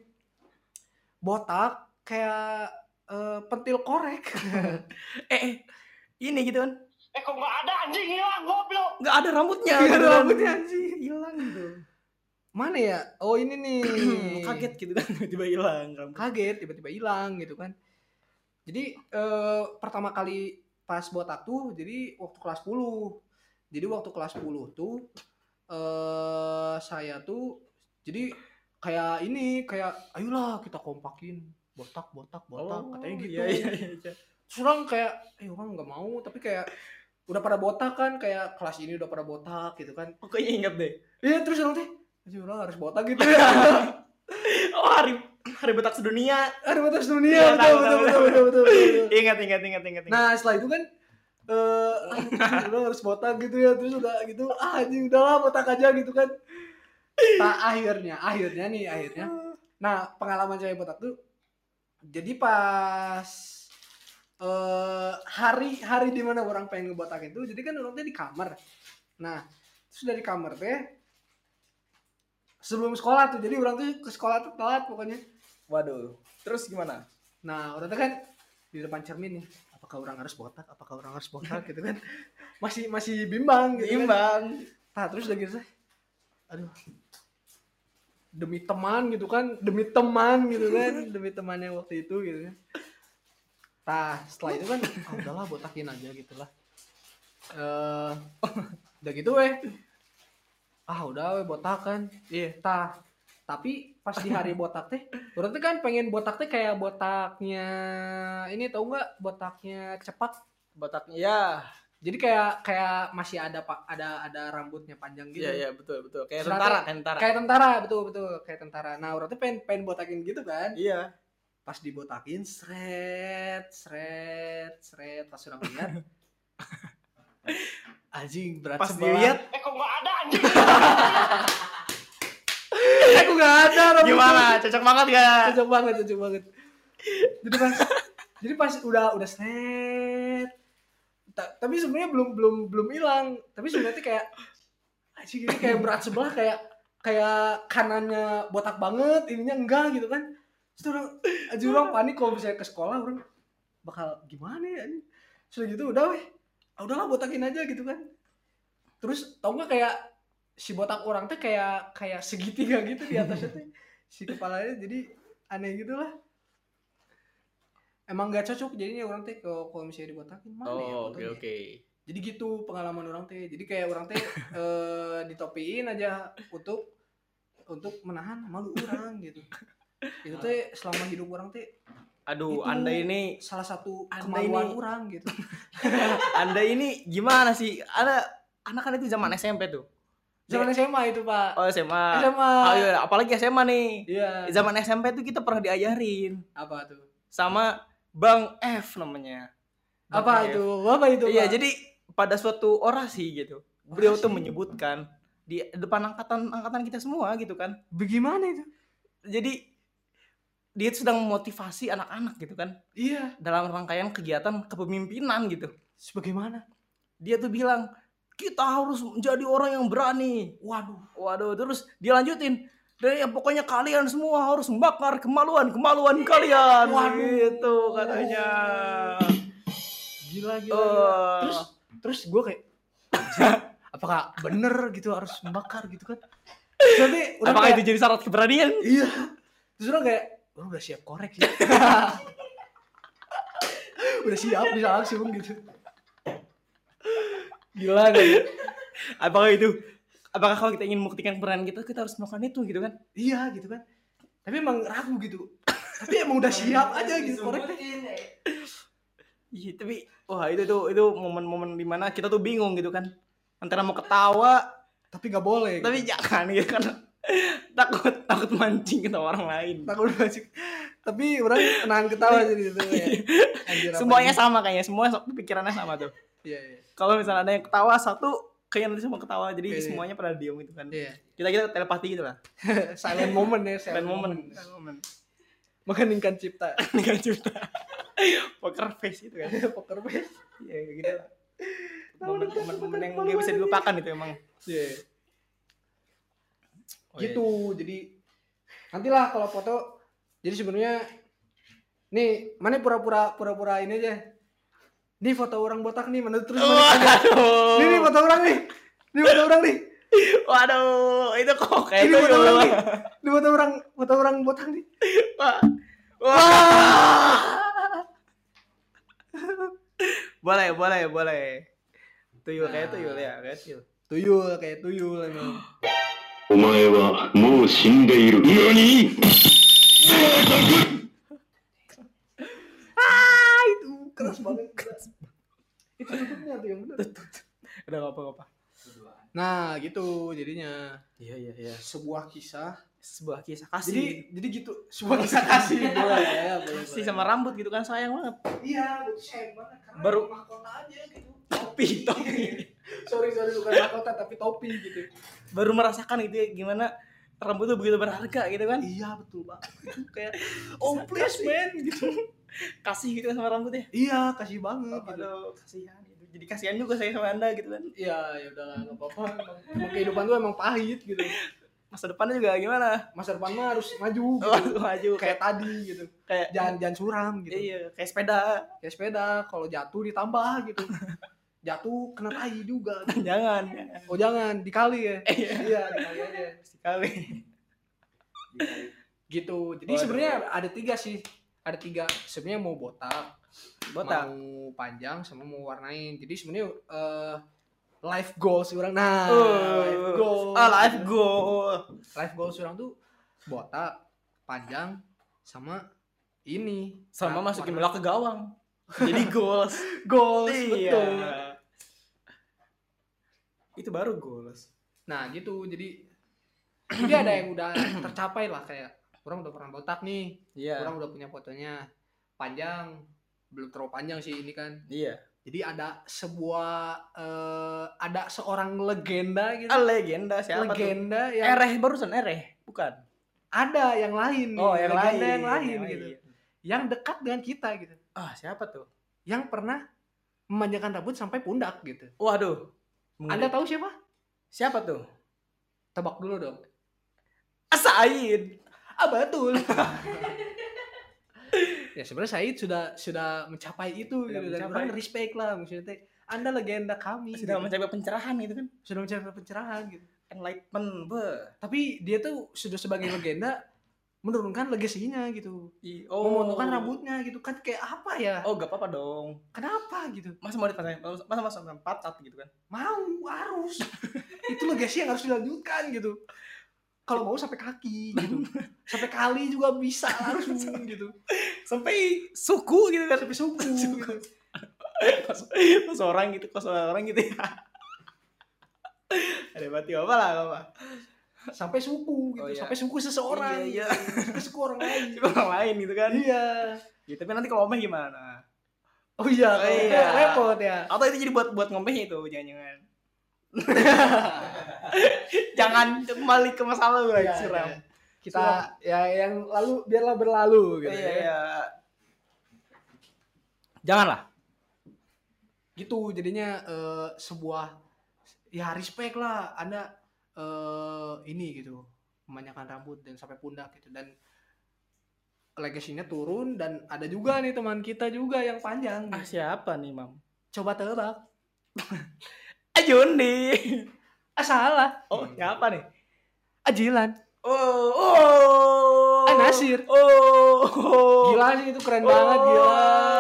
botak kayak eh, pentil korek. eh, eh, ini gitu kan. Eh kok nggak ada anjing hilang goblok. Nggak ada rambutnya. Nggak ada gitu kan. rambutnya, anjing. Hilang gitu. Mana ya? Oh, ini nih. Kaget gitu kan tiba-tiba hilang rambut. Kaget tiba-tiba hilang gitu kan. Jadi eh, pertama kali pas botak tuh jadi waktu kelas sepuluh. Jadi waktu kelas sepuluh tuh eh saya tuh jadi kayak ini kayak ayolah kita kompakin botak botak botak katanya gitu. Iya, iya, iya. Terus orang kayak eh orang nggak mau tapi kayak udah pada botak kan, kayak kelas ini udah pada botak gitu kan. Pokoknya inget deh. Iya, terus orang teh aja orang harus botak gitu. Oh, hari hari botak sedunia. Ada batas dunia. Iya, betul, tahu, betul, tahu, betul, tahu. betul, betul, betul. Ingat, ingat, ingat, ingat. ingat. Nah, setelah itu kan eh ah, udah harus botak gitu ya, terus udah gitu ah anjing udahlah botak aja gitu kan. Nah, akhirnya akhirnya nih akhirnya nah pengalaman saya botak tuh jadi pas eh hari hari di mana orang pengen ngebotak itu, jadi kan orang tuh di kamar. Nah, terus dari kamar teh sebelum sekolah tuh, jadi orang tuh ke sekolah tuh telat pokoknya. Waduh. Terus gimana? Nah, orang tuh kan di depan cermin nih, apakah orang harus botak, apakah orang harus botak gitu kan. Masih masih bimbang gitu kan. Imbang. Nah, terus udah gitu, aduh, demi teman gitu kan, demi teman gitu kan, demi temannya waktu itu gitu kan. Nah, setelah itu kan, ah, udahlah botakin aja gitu lah. Eh, udah gitu weh, ah udah weh botak kan. Iya. Tah, tapi pas di hari botak teh, berarti kan pengen botak teh kayak botaknya ini, tau nggak, botaknya cepak. Botaknya ya. Jadi kayak kayak masih ada pak ada ada rambutnya panjang gitu. Iya, iya, betul, betul. Kayak Terus tentara, nanti- kayak tentara. Kayak tentara, betul betul kayak tentara. Nah, berarti pengen pengen botakin gitu kan. Iya. Pas dibotakin seret seret seret pas sudah lihat anjing berat Pas sebelah. dilihat Eh kok nggak ada anjing. Aku nggak ada rambut. gimana? Cocok banget gak? Cocok banget, cocok banget. Jadi pas jadi pas udah udah seret. Ta- tapi sebenarnya belum belum belum hilang. Tapi sebenarnya tuh kayak anjing ini kayak berat sebelah, kayak kayak kanannya botak banget, ininya enggak gitu kan. Terus orang anjing orang panik kalau misalnya ke sekolah orang bakal gimana ya anjing. Sudah gitu udah weh. Ah, udahlah botakin aja gitu kan. Terus tau nggak kayak si botak orang tuh kayak kayak segitiga gitu di atasnya tuh si kepalanya, jadi aneh gitu lah. Emang nggak cocok jadinya orang teh kalau kalau misalnya dibotakin mana ya Oh, oke, fotonya. oke. Jadi gitu pengalaman orang teh. Jadi kayak orang teh eh, ditopiin aja untuk untuk menahan malu orang gitu. Itu teh selama hidup orang teh Aduh, Itu Anda ini salah satu Anda kemaluan ini- orang gitu. Anda ini gimana sih? Ada anak kan itu zaman S M P tuh. Zaman S M A itu, Pak. Oh, S M A. S M A. Oh, iya, apalagi S M A nih. Iya. Zaman S M P tuh kita pernah diajarin Apa tuh? sama Bang F namanya. Bang Apa F. itu? Apa itu, Iya, Pak? jadi pada suatu orasi gitu, beliau tuh Orasi? menyebutkan di depan angkatan angkatan kita semua gitu kan. Bagaimana itu? Jadi dia tuh sedang memotivasi anak-anak gitu kan Iya. dalam rangkaian kegiatan kepemimpinan gitu. Sebagaimana? Dia tuh bilang, kita harus menjadi orang yang berani. Waduh. Waduh, terus dia lanjutin, dan ya pokoknya kalian semua harus membakar kemaluan-kemaluan kalian. Waduh. Gitu katanya. Gila, gila, Oh. gila. Terus terus gue kayak apakah bener gitu harus membakar gitu kan? Terus nanti udah Apakah kayak, itu jadi syarat keberanian? iya. Terus orang kayak oh, udah siap korek sih. Udah siap bisa langsung gitu. Gila gak ya? Apakah itu apakah kalau kita ingin membuktikan keberanian kita, kita harus melakukan itu gitu kan? Iya gitu kan. Tapi emang ragu gitu. Tapi emang udah siap aja gitu koreknya. Iya, tapi wah itu tuh itu momen-momen dimana kita tuh bingung gitu kan, antara mau ketawa Tapi gak boleh. tapi Gitu. jangan gitu kan, takut takut mancing ketawa orang lain. Takut masuk. Tapi orang nahan ketawa sih gitu ya. Anjir, apa Semuanya ini? sama kayaknya, semua pikirannya sama tuh. Iya, iya. Kalau misalnya ada yang ketawa satu, kayaknya nanti semua ketawa, jadi Iya, iya. semuanya pada diem gitu kan. Iya. Kita kita telepati gitu lah. Silent moment ya, Silent moment. Silent moment. Mengheningkan cipta. Dengan juta. Poker face itu kan. Poker face. Iya kayak gitu lah. Momen-momen yang nggak bisa dilupakan itu emang. Iya. Oh, iya. Gitu. Jadi nantilah kalau foto. Jadi sebenarnya nih, mana pura-pura pura-pura ini aja. Nih foto orang botak nih, mana terus mana aja. Waduh. Ini nih foto orang nih. Ini foto orang nih. Waduh, itu kok kayak Ini itu foto orang ya. nih. Ini foto orang foto orang botak nih. Wah. Wah. Boleh, boleh, boleh. Tuyul kayak tuyul ya, kayak tuyul. Tuyul kayak tuyul emang. お前はもう死んでいる。何 Ah, itu keras banget. Keras. Itu tutupnya tuh yang benar. Udah enggak apa-apa. Nah, gitu jadinya. Iya, iya, iya. Sebuah kisah. Sebuah kisah kasih. Jadi jadi gitu. Sebuah kisah kasih boleh ya, boleh. kasih sama rambut gitu kan, sayang banget. Iya, itu sayang banget karena Baru- mahkota aja gitu. Topi, topi. sorry sorry bukan mahkota tapi topi gitu. Baru merasakan gitu ya gimana rambut tuh begitu berharga gitu kan. Iya betul Pak. Kayak Oh please kasih. man gitu. Kasih gitu kan sama rambutnya. Iya kasih banget gitu. Aduh, kasihan gitu. Jadi kasihan juga saya sama Anda gitu kan. Iya ya udahlah nggak apa-apa. Emang, emang kehidupan tuh emang pahit gitu. Masa depannya juga gimana? Masa depan mah harus maju gitu. Oh, maju Kayak tadi gitu. kayak Jangan jangan suram gitu. iya, kayak sepeda. Kayak sepeda kalau jatuh ditambah gitu. Jatuh kena tai juga. Gitu. Jangan. Oh jangan dikali ya. Iya. Iya dikali aja. Sekali. Gitu. Jadi Waduh. sebenarnya ada tiga sih. Ada tiga. Sebenarnya mau botak, Botak. mau panjang sama mau warnain. Jadi sebenarnya eh, life goals orang. Nah, Oh, life goals. Ah, life goal. Life goals orang tuh botak, panjang sama ini. Sama Nah, masukin warna- bola ke gawang. Jadi goals. goals. Iya. Betul. Itu baru goals. Nah, gitu. Jadi jadi ada yang udah tercapai lah kayak orang udah pernah botak nih. Iya. Orang udah punya fotonya. Panjang, belum terlalu panjang sih ini kan. Iya. Jadi ada sebuah eh, ada seorang legenda gitu. Ah, legenda siapa legenda tuh? yang Ereh barusan Ereh, bukan? ada yang lain nih, Oh, yang legenda lain. yang lain Yang gitu. lain. Yang dekat dengan kita gitu. Ah, siapa tuh? Yang pernah memanjangkan rambut sampai pundak gitu. Waduh. Anda tahu siapa? siapa tuh? Tebak dulu dong. Said. Ah betul. Ya sebenarnya Said sudah sudah mencapai itu Sudah gitu dan mencapai. orang respect lah maksudnya teh. Anda legenda kami. Sudah gitu. mencapai pencerahan gitu kan? Sudah mencapai pencerahan gitu. Enlightenment, be. Tapi dia tuh sudah sebagai legenda menurunkan legasinya gitu. I- Memotongkan rambutnya gitu kan kayak apa ya? Oh, gak apa-apa dong. Kenapa gitu? Masa mau dipasang, masa masa empat cat gitu kan? Mau harus. Itu legasi yang harus dilanjutkan gitu. Kalau mau sampai kaki gitu. Sampai kali juga bisa harus gitu. sampai suku gitu kan. Sampai suku. Suku. kos, kos orang gitu, kos orang gitu ya. Ada berarti apa lah apa. Sampai suku gitu, Oh, iya. sampai suku seseorang. Iya, iya. Gitu. Sampai suku orang lain. Suku orang lain gitu kan. Iya. Ya, tapi nanti kalau ngomeh gimana? Oh iya, Oh, kalau iya. repot ya. Atau itu jadi buat buat ngomehnya itu jangan-jangan. Jangan kembali ke masa lalu lagi Iya, suram. iya. Kita ya yang lalu biarlah berlalu gitu Iya, ya. iya. Janganlah. Gitu jadinya eh, sebuah ya respect lah Anda eh, ini gitu memanjangkan rambut dan sampai pundak gitu dan legasinya turun dan ada juga nih teman kita juga yang panjang. Ah, siapa nih, Mam? Coba tebak. Ajundi. Ah salah. Oh, siapa nih? Ajilan. Oh, oh. Ah, Nasir. Oh, oh. Gila sih itu keren banget gila.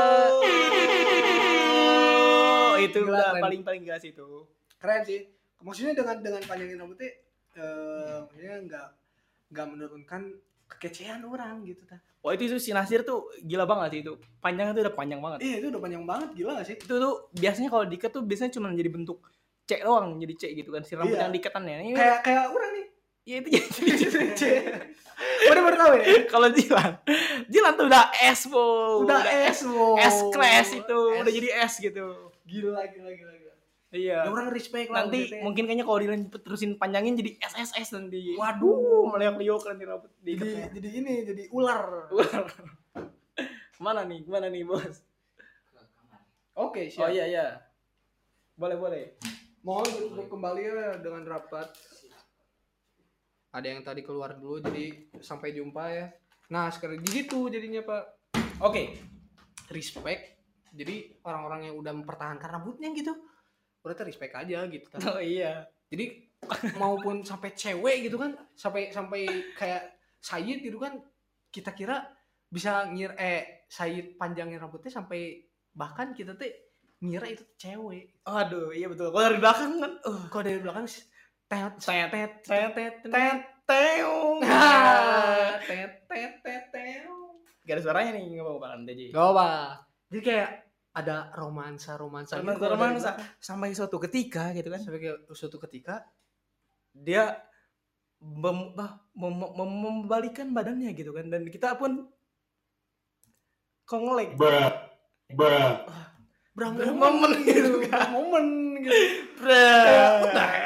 Oh, itu Gila, udah keren. paling-paling gas itu. Keren sih. Maksudnya dengan dengan panjangin rambutnya eh maksudnya enggak enggak menurunkan kekecehan orang gitu ta. Wah, itu, itu si Nasir tuh gila banget sih itu. Panjangnya tuh udah panjang banget. Iya itu udah panjang banget gila gak sih? Itu tuh biasanya kalau diikat tuh biasanya cuma jadi bentuk C doang, jadi C gitu kan. Si rambut Iya. yang diikatannya. Ini Kayak kayak orang nih. ya itu jadi C. Udah baru tahu ya? Kalau Jilan, Jilan tuh udah S, bo. Udah S, wow. S class itu, S. udah jadi S gitu. Gila gila gila gila. Iya. Ya orang respect lah. Nanti maksudnya. mungkin kayaknya kalau Dilan terusin panjangin jadi S S S nanti. Waduh. meliok-liok nanti rambut jadi diikatnya. jadi ini jadi ular. Kemana nih? Kemana nih, Bos? Oke, Oh siap. iya iya. Boleh boleh. Mohon ditutup kembali ya dengan rapat. Ada yang tadi keluar dulu jadi sampai jumpa ya. Nah, sekarang gitu jadinya, Pak. Oke. Respect. Jadi orang-orang yang udah mempertahankan rambutnya gitu. Berarti respect aja gitu. Tan. Oh iya. Jadi maupun sampai cewek gitu kan, sampai sampai kayak Sayyid gitu kan, kita kira bisa ngir eh Sayyid panjangin rambutnya sampai bahkan kita tuh ngira itu cewek. Aduh, iya betul. Kalau dari belakang kan, uh, Kok dari belakang sih tet tet tet tet tet tet tet teung. Ah, tet tet tet tet. Gak ada suaranya nih, nggak apa-apa nanti aja. Gak apa. Jadi kayak ada romansa romansa gitu. Romansa romansa sampai suatu ketika gitu kan, Sampai kayak suatu ketika dia mem, bah, mem, mem, membalikan badannya gitu kan, dan kita pun kongelek. Bruh. Bruh. berang Berang momen momen gitu gitu kan. momen gitu. Bro.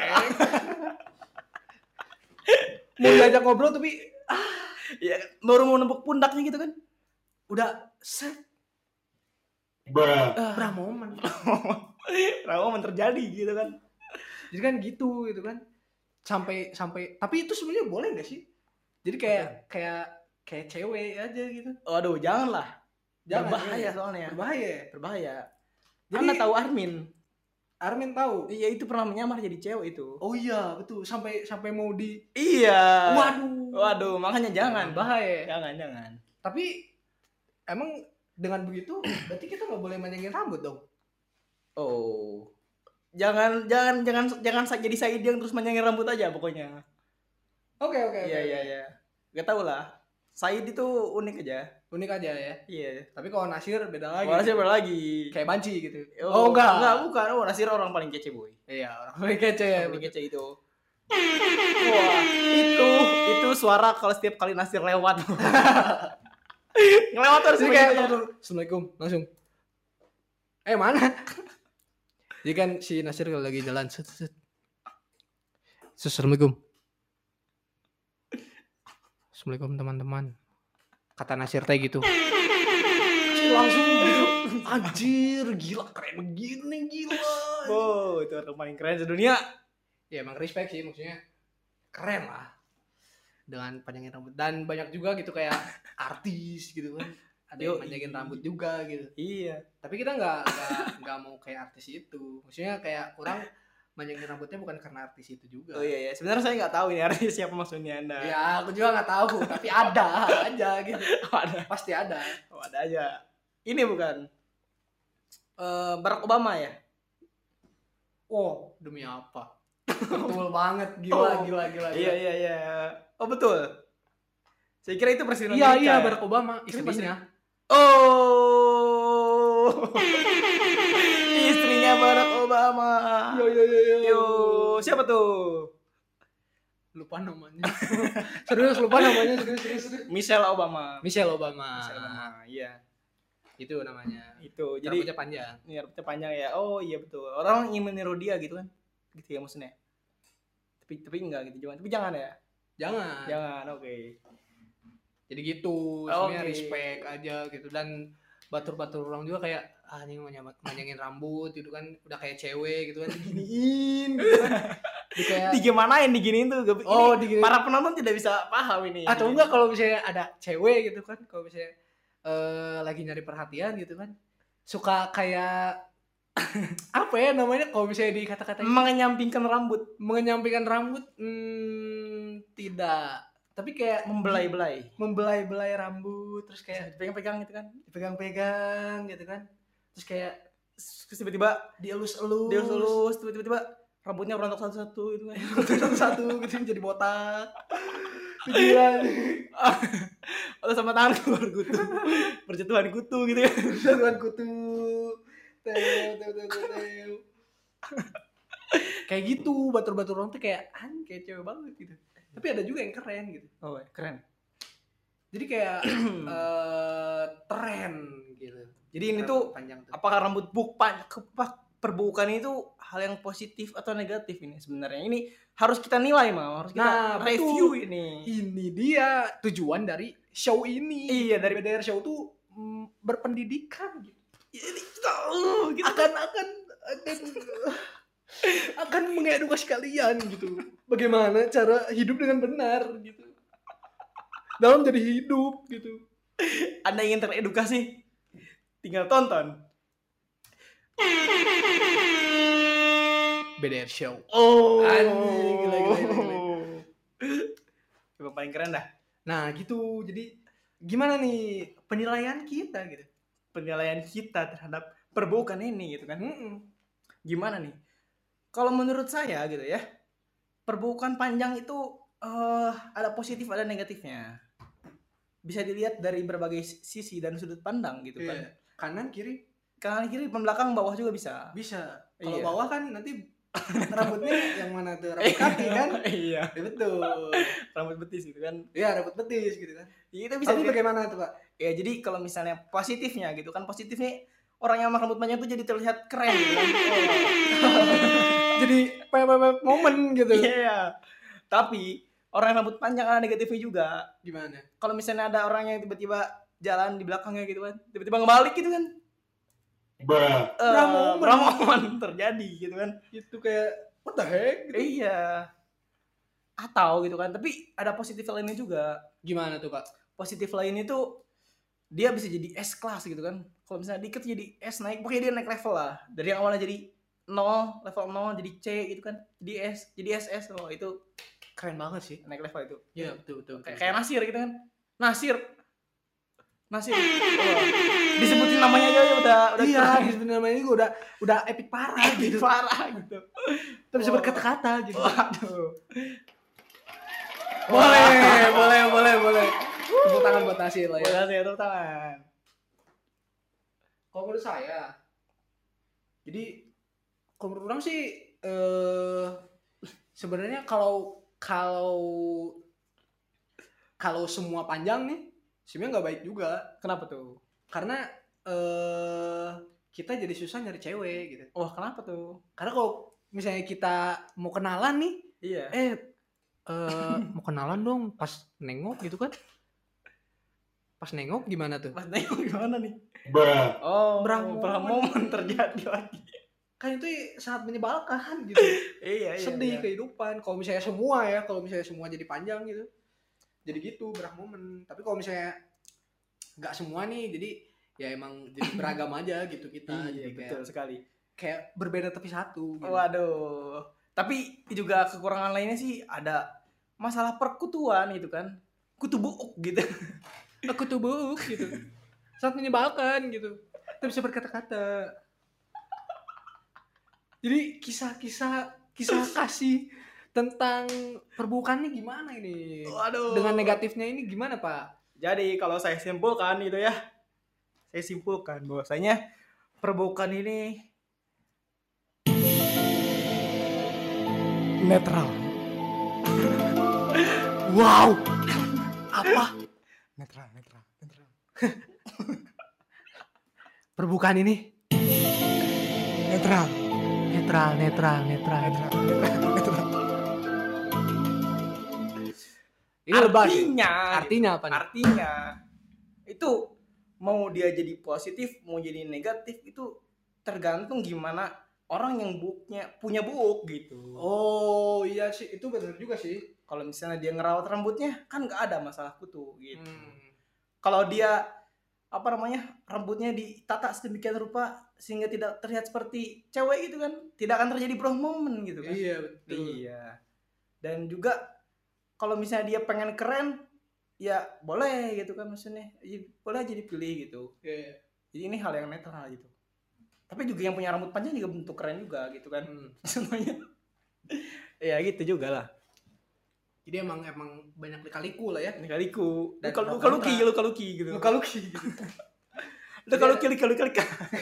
Mau diajak ngobrol tapi Ya, baru mau nempuk pundaknya gitu kan. udah set Bruh. berang momen. Rawa terjadi gitu kan. Jadi kan gitu gitu kan. Sampai sampai tapi itu sebenarnya boleh nggak sih? Jadi kayak kayak kayak cewek aja gitu. Waduh, janganlah. Jangan, Berbahaya jangan. soalnya. Berbahaya. Berbahaya. Jadi- Anda tahu Armin? Armin tahu. Iya, itu pernah menyamar jadi cewek itu. Oh iya, betul. Sampai sampai mau di Iya. waduh. Waduh, makanya jangan. Bahaya. Jangan, jangan. Tapi emang dengan begitu berarti kita nggak boleh manjangin rambut dong. Oh. Jangan jangan jangan jangan sa- jadi Said yang terus manjangin rambut aja pokoknya. Oke oke. Iya, iya, iya. Gak tau lah. Said itu unik aja. Unik aja ya. Iya. Tapi kalau Nasir beda lagi. Kalau Nasir beda lagi. Kayak banci gitu. Oh, enggak. Enggak, bukan. Oh, Nasir orang paling kece, boy. Iya, orang paling kece ya. Paling kece itu. Wah, itu itu suara kalau setiap kali Nasir lewat. Ngelewat terus Jadi kayak kayak langsung, Assalamualaikum langsung. Eh mana? Jadi kan si Nasir kalau lagi jalan set set. Assalamualaikum. Assalamualaikum teman-teman. Kata Nasir teh gitu. Langsung gitu. Anjir, gila keren begini gila. wow, itu orang paling keren sedunia. Ya emang respect sih maksudnya. Keren lah. Dengan panjangin rambut dan banyak juga gitu kayak artis gitu kan. Ada yang Yoi. panjangin rambut juga gitu. Iya. Tapi kita nggak nggak nggak mau kayak artis itu. Maksudnya kayak orang manjangin rambutnya bukan karena artis itu juga. Oh iya ya. Sebenarnya saya nggak tahu ini artis siapa maksudnya Anda. Ya aku juga nggak tahu. Tapi ada aja gitu. Oh, ada. Pasti ada. Oh, ada aja. Ini bukan eh Barack Obama ya? Oh demi apa? Betul banget. Gila Oh. gila gila. Iya iya iya. Oh betul. Saya kira itu presiden Iya Amerika. iya ya? Barack Obama Itu istrinya. Oh. Istrinya Barack Obama. Yo yo yo yo. Yo, siapa tuh? Lupa namanya. Serius lupa namanya, serius serius. serius. Michelle Obama. Michelle Obama. Michelle Obama. Iya. Itu namanya. Itu. Jadi Jadi rambutnya panjang. ini rambutnya panjang ya. Oh iya betul. Orang ingin meniru dia gitu kan. Gitu ya maksudnya. Tapi tapi enggak gitu jangan. Tapi jangan ya. Jangan. Jangan. Oke. Jadi gitu, Oke. sebenarnya respect aja gitu, dan batur-batur orang juga kayak ah ini mau manjangin rambut gitu kan, udah kayak cewek gitu kan, diginiin gitu kan. Di kayak Digimanain diginiin tuh. Ini oh diginiin. para penonton tidak bisa paham ini. Atau enggak kalau misalnya ada cewek gitu kan, kalau misalnya eh, lagi nyari perhatian gitu kan, suka kayak apa ya namanya kalau misalnya dikata-katain mengenyampingkan rambut, mengenyampingkan rambut, hmm, tidak. Tapi kayak membelai-belai, membelai-belai rambut, terus kayak dipegang-pegang gitu kan, dipegang-pegang gitu kan, terus kayak terus tiba-tiba dielus-elus, dielus-elus, tiba-tiba rambutnya berontok satu-satu gitu kan, satu-satu gitu jadi botak, pikiran, atau sama tangan keluar kutu, perjatuhan kutu gitu kan, perjatuhan kutu, teo teo teo teo, kayak gitu, batur-batur orang tuh kayak an kayak cewek banget gitu. Tapi ada juga yang keren gitu. Oh keren. Jadi kayak uh, tren gitu. Jadi ini tuh, panjang tuh. Apakah rambut buk pan, perbukan itu hal yang positif atau negatif ini sebenarnya? Ini harus kita nilai mah, harus kita nah, review betul. ini. Ini dia tujuan dari show ini. Iya, dari B D R Show tuh mm, berpendidikan gitu. Jadi tahu gitu. Akan akan akan akan mengedukasi kalian gitu. Bagaimana cara hidup dengan benar gitu. Dalam jadi hidup gitu. Anda ingin teredukasi? Tinggal tonton B D R Show. Oh, anjing, gila, gila, gila, gila. Yang paling keren dah. Nah gitu, jadi gimana nih penilaian kita gitu? Penilaian kita terhadap perbukan ini gitu kan? Mm-mm. Gimana nih? Kalau menurut saya gitu ya, perbukan panjang itu uh, ada positif ada negatifnya. Bisa dilihat dari berbagai sisi dan sudut pandang gitu kan. Yeah. Kanan kiri, kanan kiri, belakang bawah juga bisa. Bisa. Kalau Iya. bawah kan nanti rambutnya yang mana tuh, rambut kaki kan? Iya. Ya, betul. Rambut betis gitu kan. Iya, rambut betis gitu kan. Itu bisa. Tapi bagaimana tuh, Pak? Ya jadi kalau misalnya positifnya gitu kan, positifnya orang yang rambut panjang tuh jadi terlihat keren gitu kan. Oh. Jadi P P P momen gitu. Iya. Yeah. Tapi orang yang rambut panjang ada negatifnya juga. Gimana? Kalau misalnya ada orang yang tiba-tiba jalan di belakangnya gitu kan, tiba-tiba ngebalik gitu kan. Bruh. Uh, Bramoman terjadi gitu kan. Itu kayak what the heck? Gitu. Iya. Atau gitu kan. Tapi ada positif lainnya juga. Gimana tuh, Pak? Positif lainnya itu dia bisa jadi S kelas gitu kan. Kalau misalnya dikit jadi S naik, pokoknya dia naik level lah. Dari yang awalnya jadi nol, level nol jadi C gitu kan. Jadi S, jadi S S. Oh, itu keren banget sih. Naik level itu. Iya, betul betul. Kayak kayak Nasir gitu kan. Nasir. Nasir. Oh, disebutin namanya aja udah udah iya, keren. disebutin namanya juga udah udah epic parah Epic gitu. parah gitu. Tapi bisa Oh. berkata-kata gitu. Waduh. Boleh, boleh, boleh, boleh. Tepuk tangan buat Nasir lah ya. Boleh ya, tepuk tangan. Kalau menurut saya, jadi kalau menurut orang sih eh sebenarnya kalau kalau kalau semua panjang nih, sebenarnya nggak baik juga. Kenapa tuh? Karena eh kita jadi susah nyari cewek gitu. Wah, kenapa tuh? Karena kalau misalnya kita mau kenalan nih, Iya. eh eh mau kenalan dong, pas nengok gitu kan? Pas nengok gimana tuh? Pas nengok gimana nih? Bruh. Oh, Berang berang momen terjadi lagi. Kan itu sangat menyebalkan gitu. Iya, iya. Sedih iya. kehidupan. Kalau misalnya semua ya, kalau misalnya semua jadi panjang gitu. Jadi gitu, berang momen. Tapi kalau misalnya nggak semua nih, jadi ya emang jadi beragam aja gitu kita. Iya, Jadi betul kayak, sekali. kayak berbeda tapi satu. Gitu. Waduh. Tapi juga kekurangan lainnya sih ada masalah perkutuan gitu kan. Kutu buuk gitu. Aku tuh buk gitu. Sangat menyebalkan gitu. Tapi bisa berkata-kata. Jadi kisah-kisah kisah kasih tentang perbukaan ini gimana ini? Waduh. Dengan negatifnya ini gimana, Pak? Jadi kalau saya simpulkan itu ya, saya simpulkan bahwasanya perbukaan ini netral. Wow. Apa? Netral, netral, netral. Perbukaan ini Netral, netral, netral, netral. netral, netral, netral. Ini lebay. Artinya, Artinya apa nih? Artinya itu mau dia jadi positif, mau jadi negatif itu tergantung gimana orang yang booknya punya book gitu. Oh iya sih, itu benar juga sih. Kalau misalnya dia ngerawat rambutnya kan nggak ada masalah kutu gitu. Hmm. Kalau dia apa namanya rambutnya ditata sedemikian rupa sehingga tidak terlihat seperti cewek gitu kan, tidak akan terjadi bro moment gitu kan. Iya betul. Iya. Dan juga kalau misalnya dia pengen keren, ya boleh gitu kan maksudnya. Ya, boleh aja dipilih gitu. Iya. Jadi ini hal yang netral gitu. Tapi juga yang punya rambut panjang juga bentuk keren juga gitu kan. Hmm. Semuanya. Ya gitu juga lah. Jadi emang emang banyak lika-liku lah ya. Lika-liku. Dan Luka kontra. luki, luka luki gitu. Luka-luki gitu. Luka luki, luka luki, luka.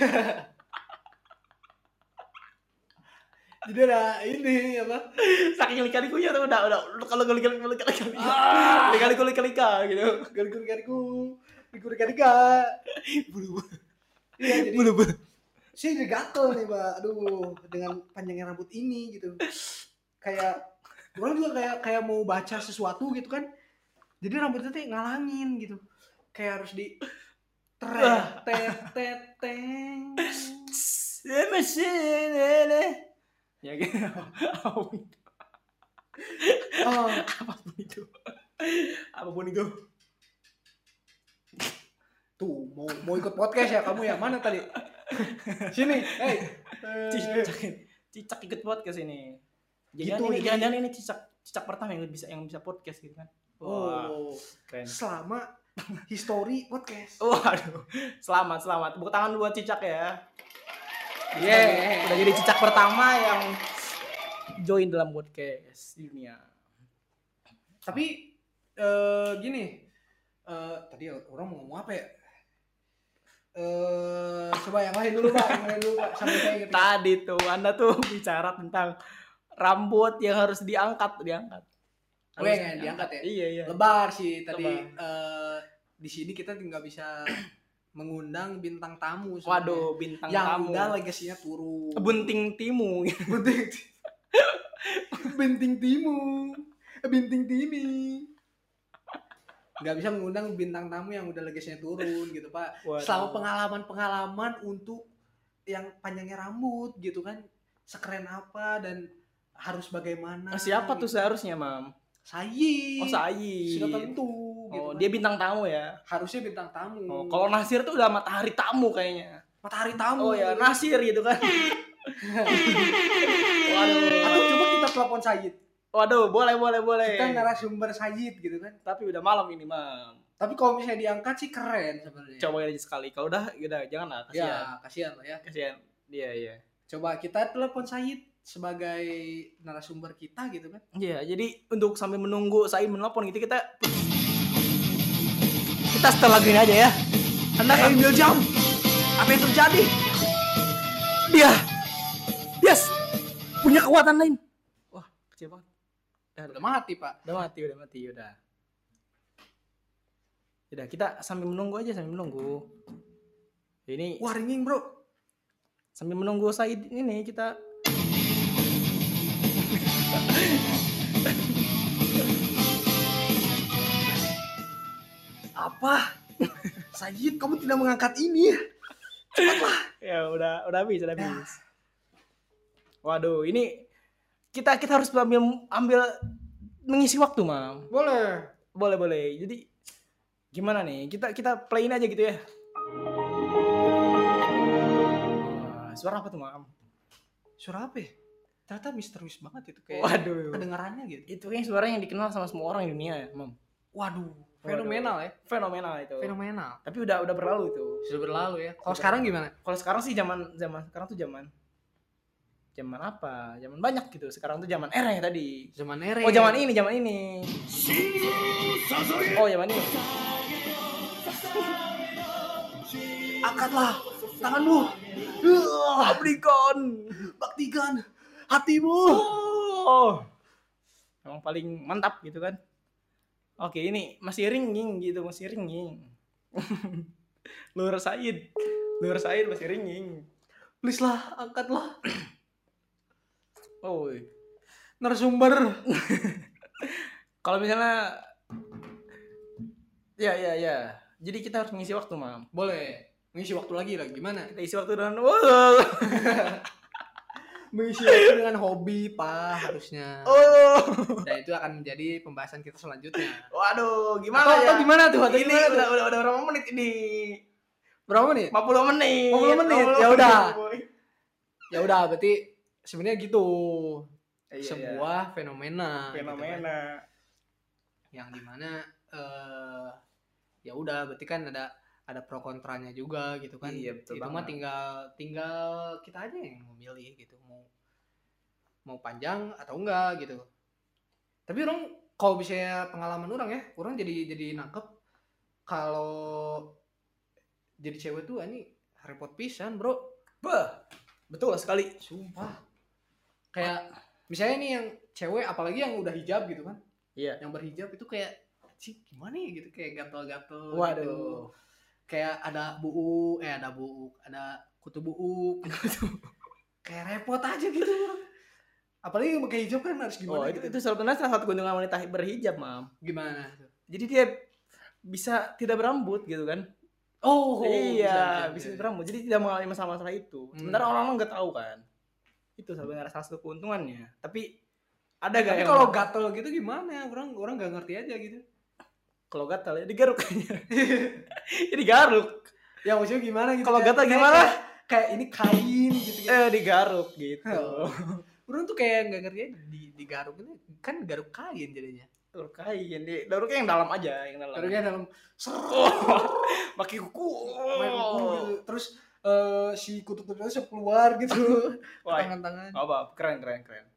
Jadi ada ini apa? Saking lika-likunya tuh udah udah luka luka luka luka luka luka. Ah. Lika-liku, lika-lika gitu. Gariku-gariku, liku-liku. Bulu. Iya jadi Bulu bulu. sih jadi gatel nih, Pak. Aduh, dengan panjangnya rambut ini gitu. Kayak orang juga kayak kayak mau baca sesuatu gitu kan. Jadi rambutnya tuh ngalangin gitu. Kayak harus di tret tet tet teng. Ya mesin ini. Ya gitu. Apapun itu. Oh, Apapun itu. Apapun itu. tuh mau mau ikut podcast ya kamu ya? Mana tadi? Sini, hey. Cicak, cicak ikut podcast ini. Jangan Gitu, ini, ini. jangan ini cicak cicak pertama yang bisa yang bisa podcast gitu kan. Wah, Oh, keren. selama history podcast. Waduh, selamat selamat. Tepuk tangan buat cicak ya. Yeah. Udah jadi cicak pertama yang join dalam podcast di dunia. Tapi eh gini, eh tadi orang mau ngomong apa ya? Eh coba yang lain dulu Pak, yang lain dulu Pak, sampai saya ingat. Tadi tuh Anda tuh bicara tentang rambut yang harus diangkat, diangkat. Oh ya, diangkat ya. Iya, iya. Lebar sih tadi. Lebar. Eh di sini kita nggak bisa mengundang bintang tamu. sebenarnya. Waduh, bintang yang tamu. udah legasinya turun. Bunting timu. Bunting. Binting timu. Binting timi. Nggak bisa mengundang bintang tamu yang udah legasinya turun gitu Pak. Waduh. Selama pengalaman-pengalaman untuk yang panjangnya rambut gitu kan, sekeren apa dan harus bagaimana. Oh, siapa tuh gitu. seharusnya, Mam? Sayi. Oh, Sayi. Sudah tentu gitu Oh, kan. dia bintang tamu ya. Harusnya bintang tamu. Oh, kalau Nasir tuh udah matahari tamu kayaknya. matahari tamu. Oh ya, Nasir gitu kan. Waduh. Atau coba kita telepon Sayid. Waduh, boleh boleh boleh. Kita narasumber Sayid gitu kan. Tapi udah malam ini, Mam. Tapi kalau misalnya diangkat sih keren sebenarnya. Coba aja sekali. Kalau udah, udah jangan lah, kasihan. Ya, kasihan lah ya. Kasihan. Iya, iya. Coba kita telepon Sayid sebagai narasumber kita gitu kan. Iya, jadi untuk sambil menunggu Said menelpon gitu kita kita setel lagu ini aja ya. Anda ambil jam. Apa yang terjadi? Dia, dia punya kekuatan lain. Wah, kecil banget. Udah, Udah mati, Pak. udah mati, udah mati, udah. Udah, kita sambil menunggu aja, sambil menunggu. Ini Wah, ringing, Bro. sambil menunggu Said ini kita Apa? Sayid, kamu tidak mengangkat ini ya? Cepatlah. ya udah udah habis, udah habis. Waduh, ini kita kita harus ambil ambil mengisi waktu, Mam. Boleh. Boleh, boleh. Jadi gimana nih? Kita kita playin aja gitu ya. Wah, suara apa tuh, Mam? Suara apa ya? Ternyata misterius banget itu kayak. Waduh. Kedengarannya gitu. Itu kayaknya suara yang dikenal sama semua orang di dunia ya, Mam. Waduh, fenomenal ya. Fenomenal itu. Fenomenal. Tapi udah udah berlalu itu. Sudah berlalu ya. Kalau sekarang gimana? Kalau sekarang sih zaman zaman sekarang tuh zaman zaman apa? Zaman banyak gitu. Sekarang tuh zaman era ya tadi. Zaman ere. Oh, zaman ini, zaman ini. Oh, zaman ini. Angkatlah tanganmu. Abdikan. Baktikan hatimu. Oh. Emang paling mantap gitu kan. Oke, ini masih ringing gitu, masih ringing. Luar Said. Luar Said masih ringing. Please lah, angkatlah. Oh. Narasumber. Kalau misalnya ya ya ya. Jadi kita harus mengisi waktu, Mam. Boleh. Mengisi waktu lagi lah gimana? Kita isi waktu dengan wow. Mengisi waktu dengan hobi, Pak, harusnya. Oh. Dan itu akan menjadi pembahasan kita selanjutnya. Waduh, gimana Atau, ya? atau gimana tuh? Atau Ini gimana udah, tuh? udah udah berapa menit ini? Berapa menit? lima puluh menit. lima puluh menit. Ya udah. Ya udah, berarti sebenarnya gitu. Iya, Sebuah fenomena. fenomena. Gitu kan. Yang dimana eh ya udah, berarti kan ada ada pro kontranya juga gitu kan. Iya, betul Itu mah banget. tinggal tinggal kita aja yang memilih gitu, mau mau panjang atau enggak gitu. Tapi orang kalau misalnya pengalaman orang ya, orang jadi jadi nangkep kalau jadi cewek tuh ini repot pisan, Bro. Bah, betul sekali. Sumpah. Kayak misalnya nih yang cewek, apalagi yang udah hijab gitu kan. Iya. Yang berhijab itu kayak sih gimana ya gitu, kayak gatel-gatel Waduh. gitu. Kayak ada buuk, eh ada buuk, ada kutu buuk gitu. Kayak repot aja gitu. Apalagi yang pakai hijab kan harus gimana Oh, itu, gitu. itu sebenarnya salah satu keuntungan wanita berhijab, Mam. Gimana? Jadi dia bisa tidak berambut gitu kan. Oh, iya, bisa, bisa. berambut. Jadi tidak mengalami masalah-masalah itu. Hmm. Sementara orang-orang nggak tahu kan. Itu sebenarnya salah satu keuntungannya. Tapi ada gak Tapi yang kalau gatel gitu gimana? Orang orang nggak ngerti aja gitu. kalau gatal ya digaruk kayaknya. Ya digaruk. Ya maksudnya gimana gitu? Kalau kayak- gatal kayak- gimana? Kayak, kayak ini kain gitu. gitu. Eh digaruk gitu. Oh. Orang tuh kayak nggak ngerti aja di digaruk itu kan garuk kain jadinya. Garuk kain, di garuknya yang dalam aja, yang dalam. Garuknya dalam Pakai kuku. main kuku gitu. Terus eh, si kutu-kutunya bisa keluar gitu. Wah, Tangan-tangan. apa? Keren, keren, keren.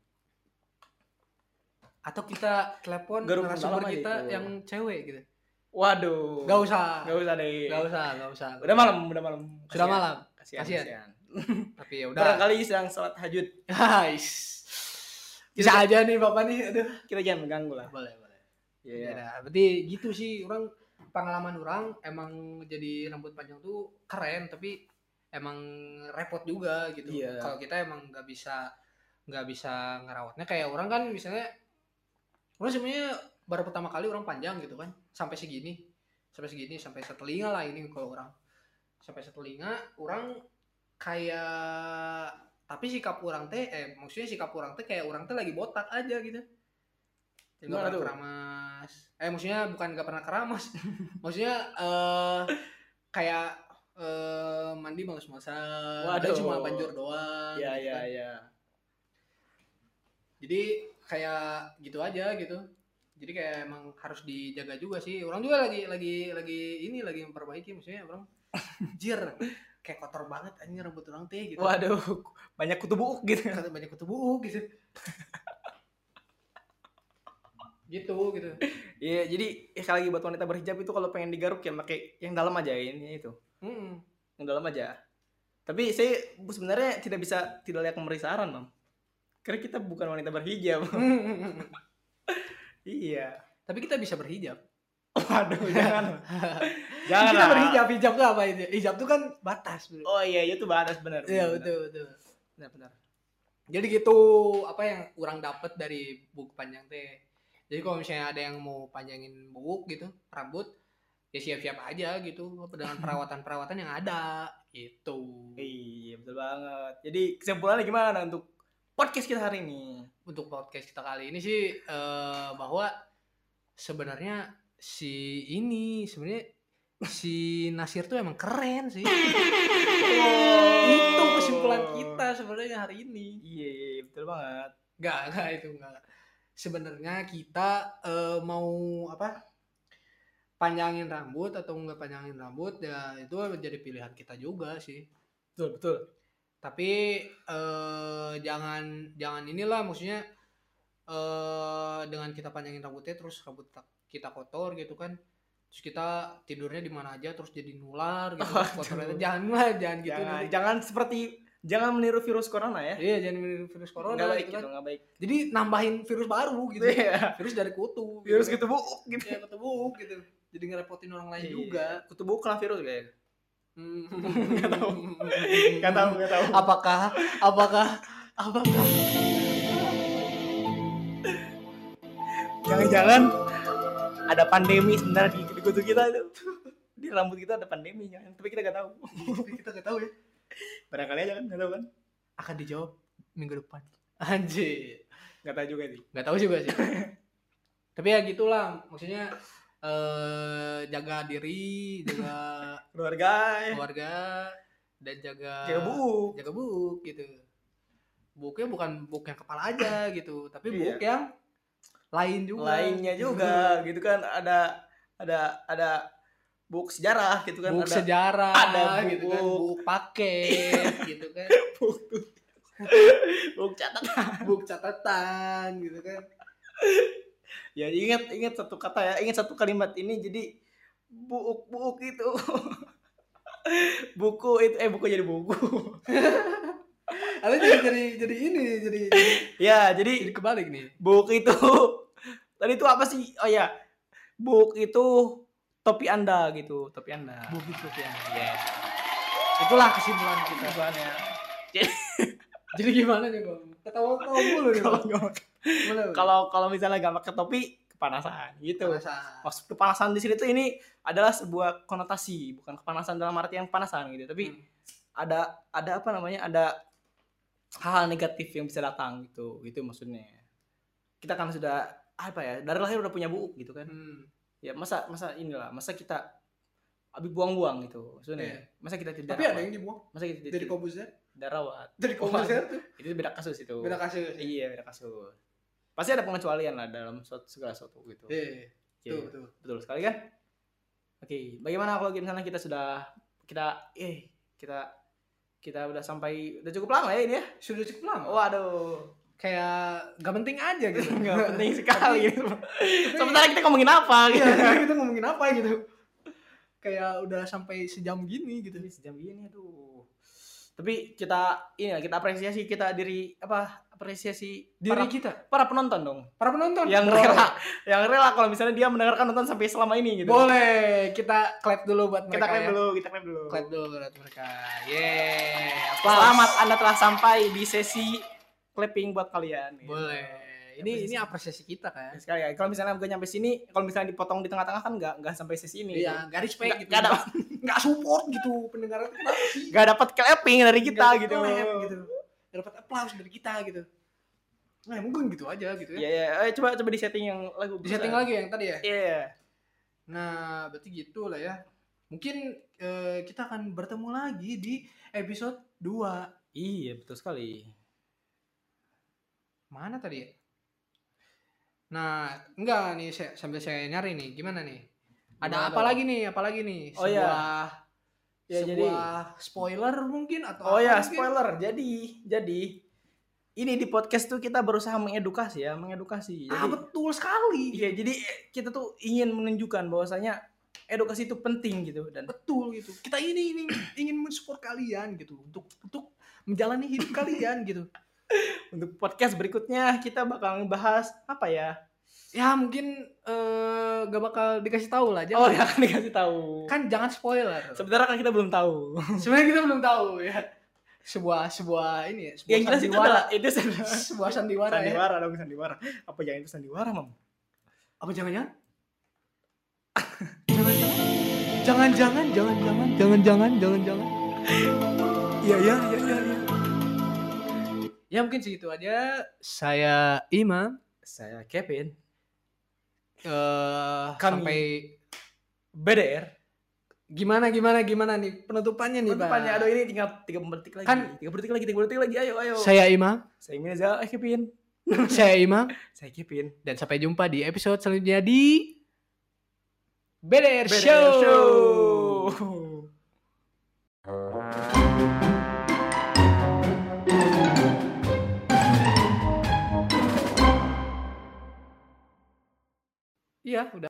Atau kita telepon Garuk narasumber dalam aja kita itu. yang cewek gitu. Waduh. Gak usah. Gak usah deh. Gak usah, gak usah. Udah malam, udah malam. Sudah Kasihan. malam. Kasihan, Kasihan. kasihan. Tapi ya udah. Barangkali sedang sholat tahajud. Guys. Bisa Kita- aja nih Bapak nih. Aduh. Kita jangan mengganggu lah. Boleh, boleh. Iya. Ya, dah. Berarti gitu sih, orang pengalaman orang emang jadi rambut panjang tuh keren, tapi emang repot juga gitu. Iya. Kalau kita emang nggak bisa nggak bisa ngerawatnya kayak orang kan misalnya, orang sebenarnya baru pertama kali orang panjang gitu kan, sampai segini, sampai segini, sampai setelinga lah ini kalau orang, sampai setelinga orang kayak, tapi sikap orang teh, eh maksudnya sikap orang teh kayak orang teh lagi botak aja gitu. Jadi nggak Gimana pernah tuh? keramas. Eh maksudnya bukan nggak pernah keramas. Maksudnya eh kayak eh mandi males-malesan. Waduh. Cuma banjur doang. Iya, gitu iya, kan. iya. Jadi kayak gitu aja gitu. Jadi kayak emang harus dijaga juga sih. Orang juga lagi lagi lagi ini lagi memperbaiki, maksudnya orang jir kayak kotor banget anjir rambut orang teh gitu. Waduh, banyak kutu buuk gitu. Kata banyak kutu buuk gitu. gitu gitu. Iya, jadi ya, sekali lagi buat wanita berhijab itu kalau pengen digaruk ya pakai yang dalam aja ini itu. Hmm. Yang dalam aja. Tapi saya sebenarnya tidak bisa tidak layak memberi saran, Mam. Karena kita bukan wanita berhijab. Iya. Tapi kita bisa berhijab. Waduh, jangan. jangan. Kita lah. berhijab, hijab tuh apa itu? Hijab tuh kan batas. Bro. Oh iya, itu batas benar. Iya benar, betul betul. Benar, benar. Jadi gitu apa yang kurang dapat dari buku panjang teh. Jadi kalau misalnya ada yang mau panjangin buku gitu, rambut, ya siap-siap aja gitu dengan perawatan-perawatan yang ada gitu. Iya, betul banget. Jadi kesimpulannya gimana untuk podcast kita hari ini? Untuk podcast kita kali ini sih eh, bahwa sebenarnya si ini sebenarnya si Nasir tuh emang keren sih. Itu kesimpulan kita sebenarnya hari ini. Iya, iya, betul banget. Enggak, enggak itu enggak. Sebenarnya kita eh, mau apa? Panjangin rambut atau enggak panjangin rambut ya itu menjadi pilihan kita juga sih. Betul, betul. Tapi eh, jangan jangan inilah maksudnya eh, dengan kita panjangin rambutnya terus rambut kita kotor gitu kan. Terus kita tidurnya di mana aja terus jadi nular gitu. Aduh. Kotorannya jangan lah, jangan gitu. Jangan, dulu. jangan seperti jangan meniru virus corona ya. Iya, jangan meniru virus corona Nggak baik gitu gitu, kan. nggak baik. Jadi nambahin virus baru gitu. Iya. Virus dari kutu. Virus gitu. gitu bu, gitu. Ya ketemu gitu. Jadi ngerepotin orang lain Iya. juga. Kutu bu kena virus kayaknya. Hmm. Nggak tahu. Nggak tahu, nggak tahu. Apakah apakah apakah Jangan-jangan ada pandemi sebenarnya di, di kutu kita itu. Di rambut kita ada pandemi jangan, tapi kita nggak tahu. kita nggak tahu ya. Barangkali aja kan, nggak tahu kan? Akan dijawab minggu depan. Anjir. Nggak tahu juga sih. Nggak tahu juga sih. Tapi ya gitulah, maksudnya eh jaga diri, jaga Keluarga, ya. keluarga dan jaga Jaga buuk. jaga buk gitu. Buknya bukan buk yang kepala aja gitu, tapi Iya. buk yang lain juga. Lainnya juga gitu kan, ada ada ada buku sejarah gitu kan, Buk ada sejarah, ada gitu kan, buk. buk paket gitu kan, buku catatan. buk catatan gitu kan. Ya ingat ingat satu kata ya, ingat satu kalimat ini, jadi buuk buuk itu buku itu eh buku jadi buku. Ada jadi jadi jadi ini jadi jadi, Ya jadi jadi kebalik nih. buku itu tadi itu apa sih? Oh ya, buku itu topi Anda gitu, topi Anda. Buk itu ya. Ya. Itulah kesimpulan kita. Kesimpulannya. Jadi gimana nih bang? Ketawa-tawa mulu nih bang. Gimana, Bang? Kalau kalau misalnya gak pakai topi kepanasan gitu. Kepanasan. Maksud kepanasan di sini tuh ini adalah sebuah konotasi, bukan kepanasan dalam artian kepanasan gitu, tapi Hmm. ada ada apa namanya? Ada hal-hal negatif yang bisa datang gitu. Itu maksudnya. Kita kan sudah apa ya? Dari lahir udah punya buuk gitu kan. Hmm. Ya masa masa inilah, masa kita habis buang-buang gitu. Maksudnya. Iya. Masa kita tidak Tapi ada yang dibuang masa kita tidak, dari Kobuzer, tidak rawat. dari Kobuzer tuh. Itu beda kasus itu. Beda kasus. Iya, beda kasus. Pasti ada pengecualian lah dalam suatu segala sesuatu gitu. Iya. Iya, Betul, betul. betul sekali kan? Oke, bagaimana kalau misalnya kita sudah kita eh kita kita udah sampai udah cukup lama ya ini ya? Sudah cukup lama. Waduh, Kayak gak penting aja gitu. nggak penting sekali gitu. Sementara kita ngomongin apa gitu? Iya, kita ngomongin apa gitu. Kayak udah sampai sejam gini gitu. Tapi sejam gini aduh. Tapi kita ini ya, kita apresiasi kita diri apa? Apresiasi Diri para, kita, para penonton dong. para penonton. Yang Boleh. rela, yang rela kalau misalnya dia mendengarkan nonton sampai selama ini gitu. Boleh, kita clap dulu buat Kita mereka clap ya. dulu, kita clap dulu. Clap dulu buat mereka. Yeay. Applause. Selamat Anda telah sampai di sesi clapping buat kalian. gitu. Boleh. Ini ini apresiasi kita kan. Sekali ya. Kalau misalnya gue nyampe sini, kalau misalnya dipotong di tengah-tengah kan nggak nggak sampai sesi ini. Iya, gak respect Nggak- gitu. nggak ada Nggak support gitu pendengaran itu kenapa sih? nggak dapat clapping dari kita Nggak gitu. dapet clap gitu. Nggak dapat applause dari kita gitu. Nah, mungkin gitu aja gitu ya. Iya, iya. Eh, coba coba di setting yang lagu. Di setting lagi yang tadi ya. Iya. Nah, berarti gitu lah ya. Mungkin eh, kita akan bertemu lagi di episode dua. Iya, betul sekali. Mana tadi ya? Nah, enggak nih saya, sambil saya nyari nih. Gimana nih? Ada Gimana apa dong? lagi nih? Apa lagi nih? Oh, iya. Sebuah Ya, jadi sebuah spoiler mungkin atau Oh apa ya, mungkin? spoiler. Jadi, jadi ini di podcast tuh kita berusaha mengedukasi ya, mengedukasi. Jadi, Ah, betul sekali. iya, jadi kita tuh ingin menunjukkan bahwasanya edukasi itu penting gitu dan Betul gitu. Kita ini ini ingin mensupport kalian gitu untuk untuk menjalani hidup kalian gitu. untuk podcast berikutnya kita bakal ngebahas apa ya? Ya mungkin eh, gak bakal dikasih tahu lah. Oh, Jangan, ya kan dikasih tahu. kan jangan spoiler. Sebenarnya kan kita belum tahu. Sebenarnya kita belum tahu ya. Sebuah sebuah ini ya, sebuah Yang jelas itu sandiwara. adalah itu Sebuah sandiwara, ya. sandiwara dong, sandiwara. Apa jangan itu sandiwara, Mam? Apa jangan-jangan? Jangan-jangan, jangan-jangan, jangan-jangan, jangan-jangan. Iya, iya, iya, iya, iya. Ya mungkin segitu aja. Saya Imam. Saya Kevin, Eh Kami. sampai B D R. gimana gimana gimana nih penutupannya nih, Bang. Penutupannya, aduh ini tinggal tiga detik lagi. Kan- tiga detik lagi, tiga detik lagi. Ayo, ayo. Saya Imam. Saya Mirza, eh, Kevin. Saya Imam. Saya Kevin. Dan sampai jumpa di episode selanjutnya di B D R B D R Show. Show. Iya, udah.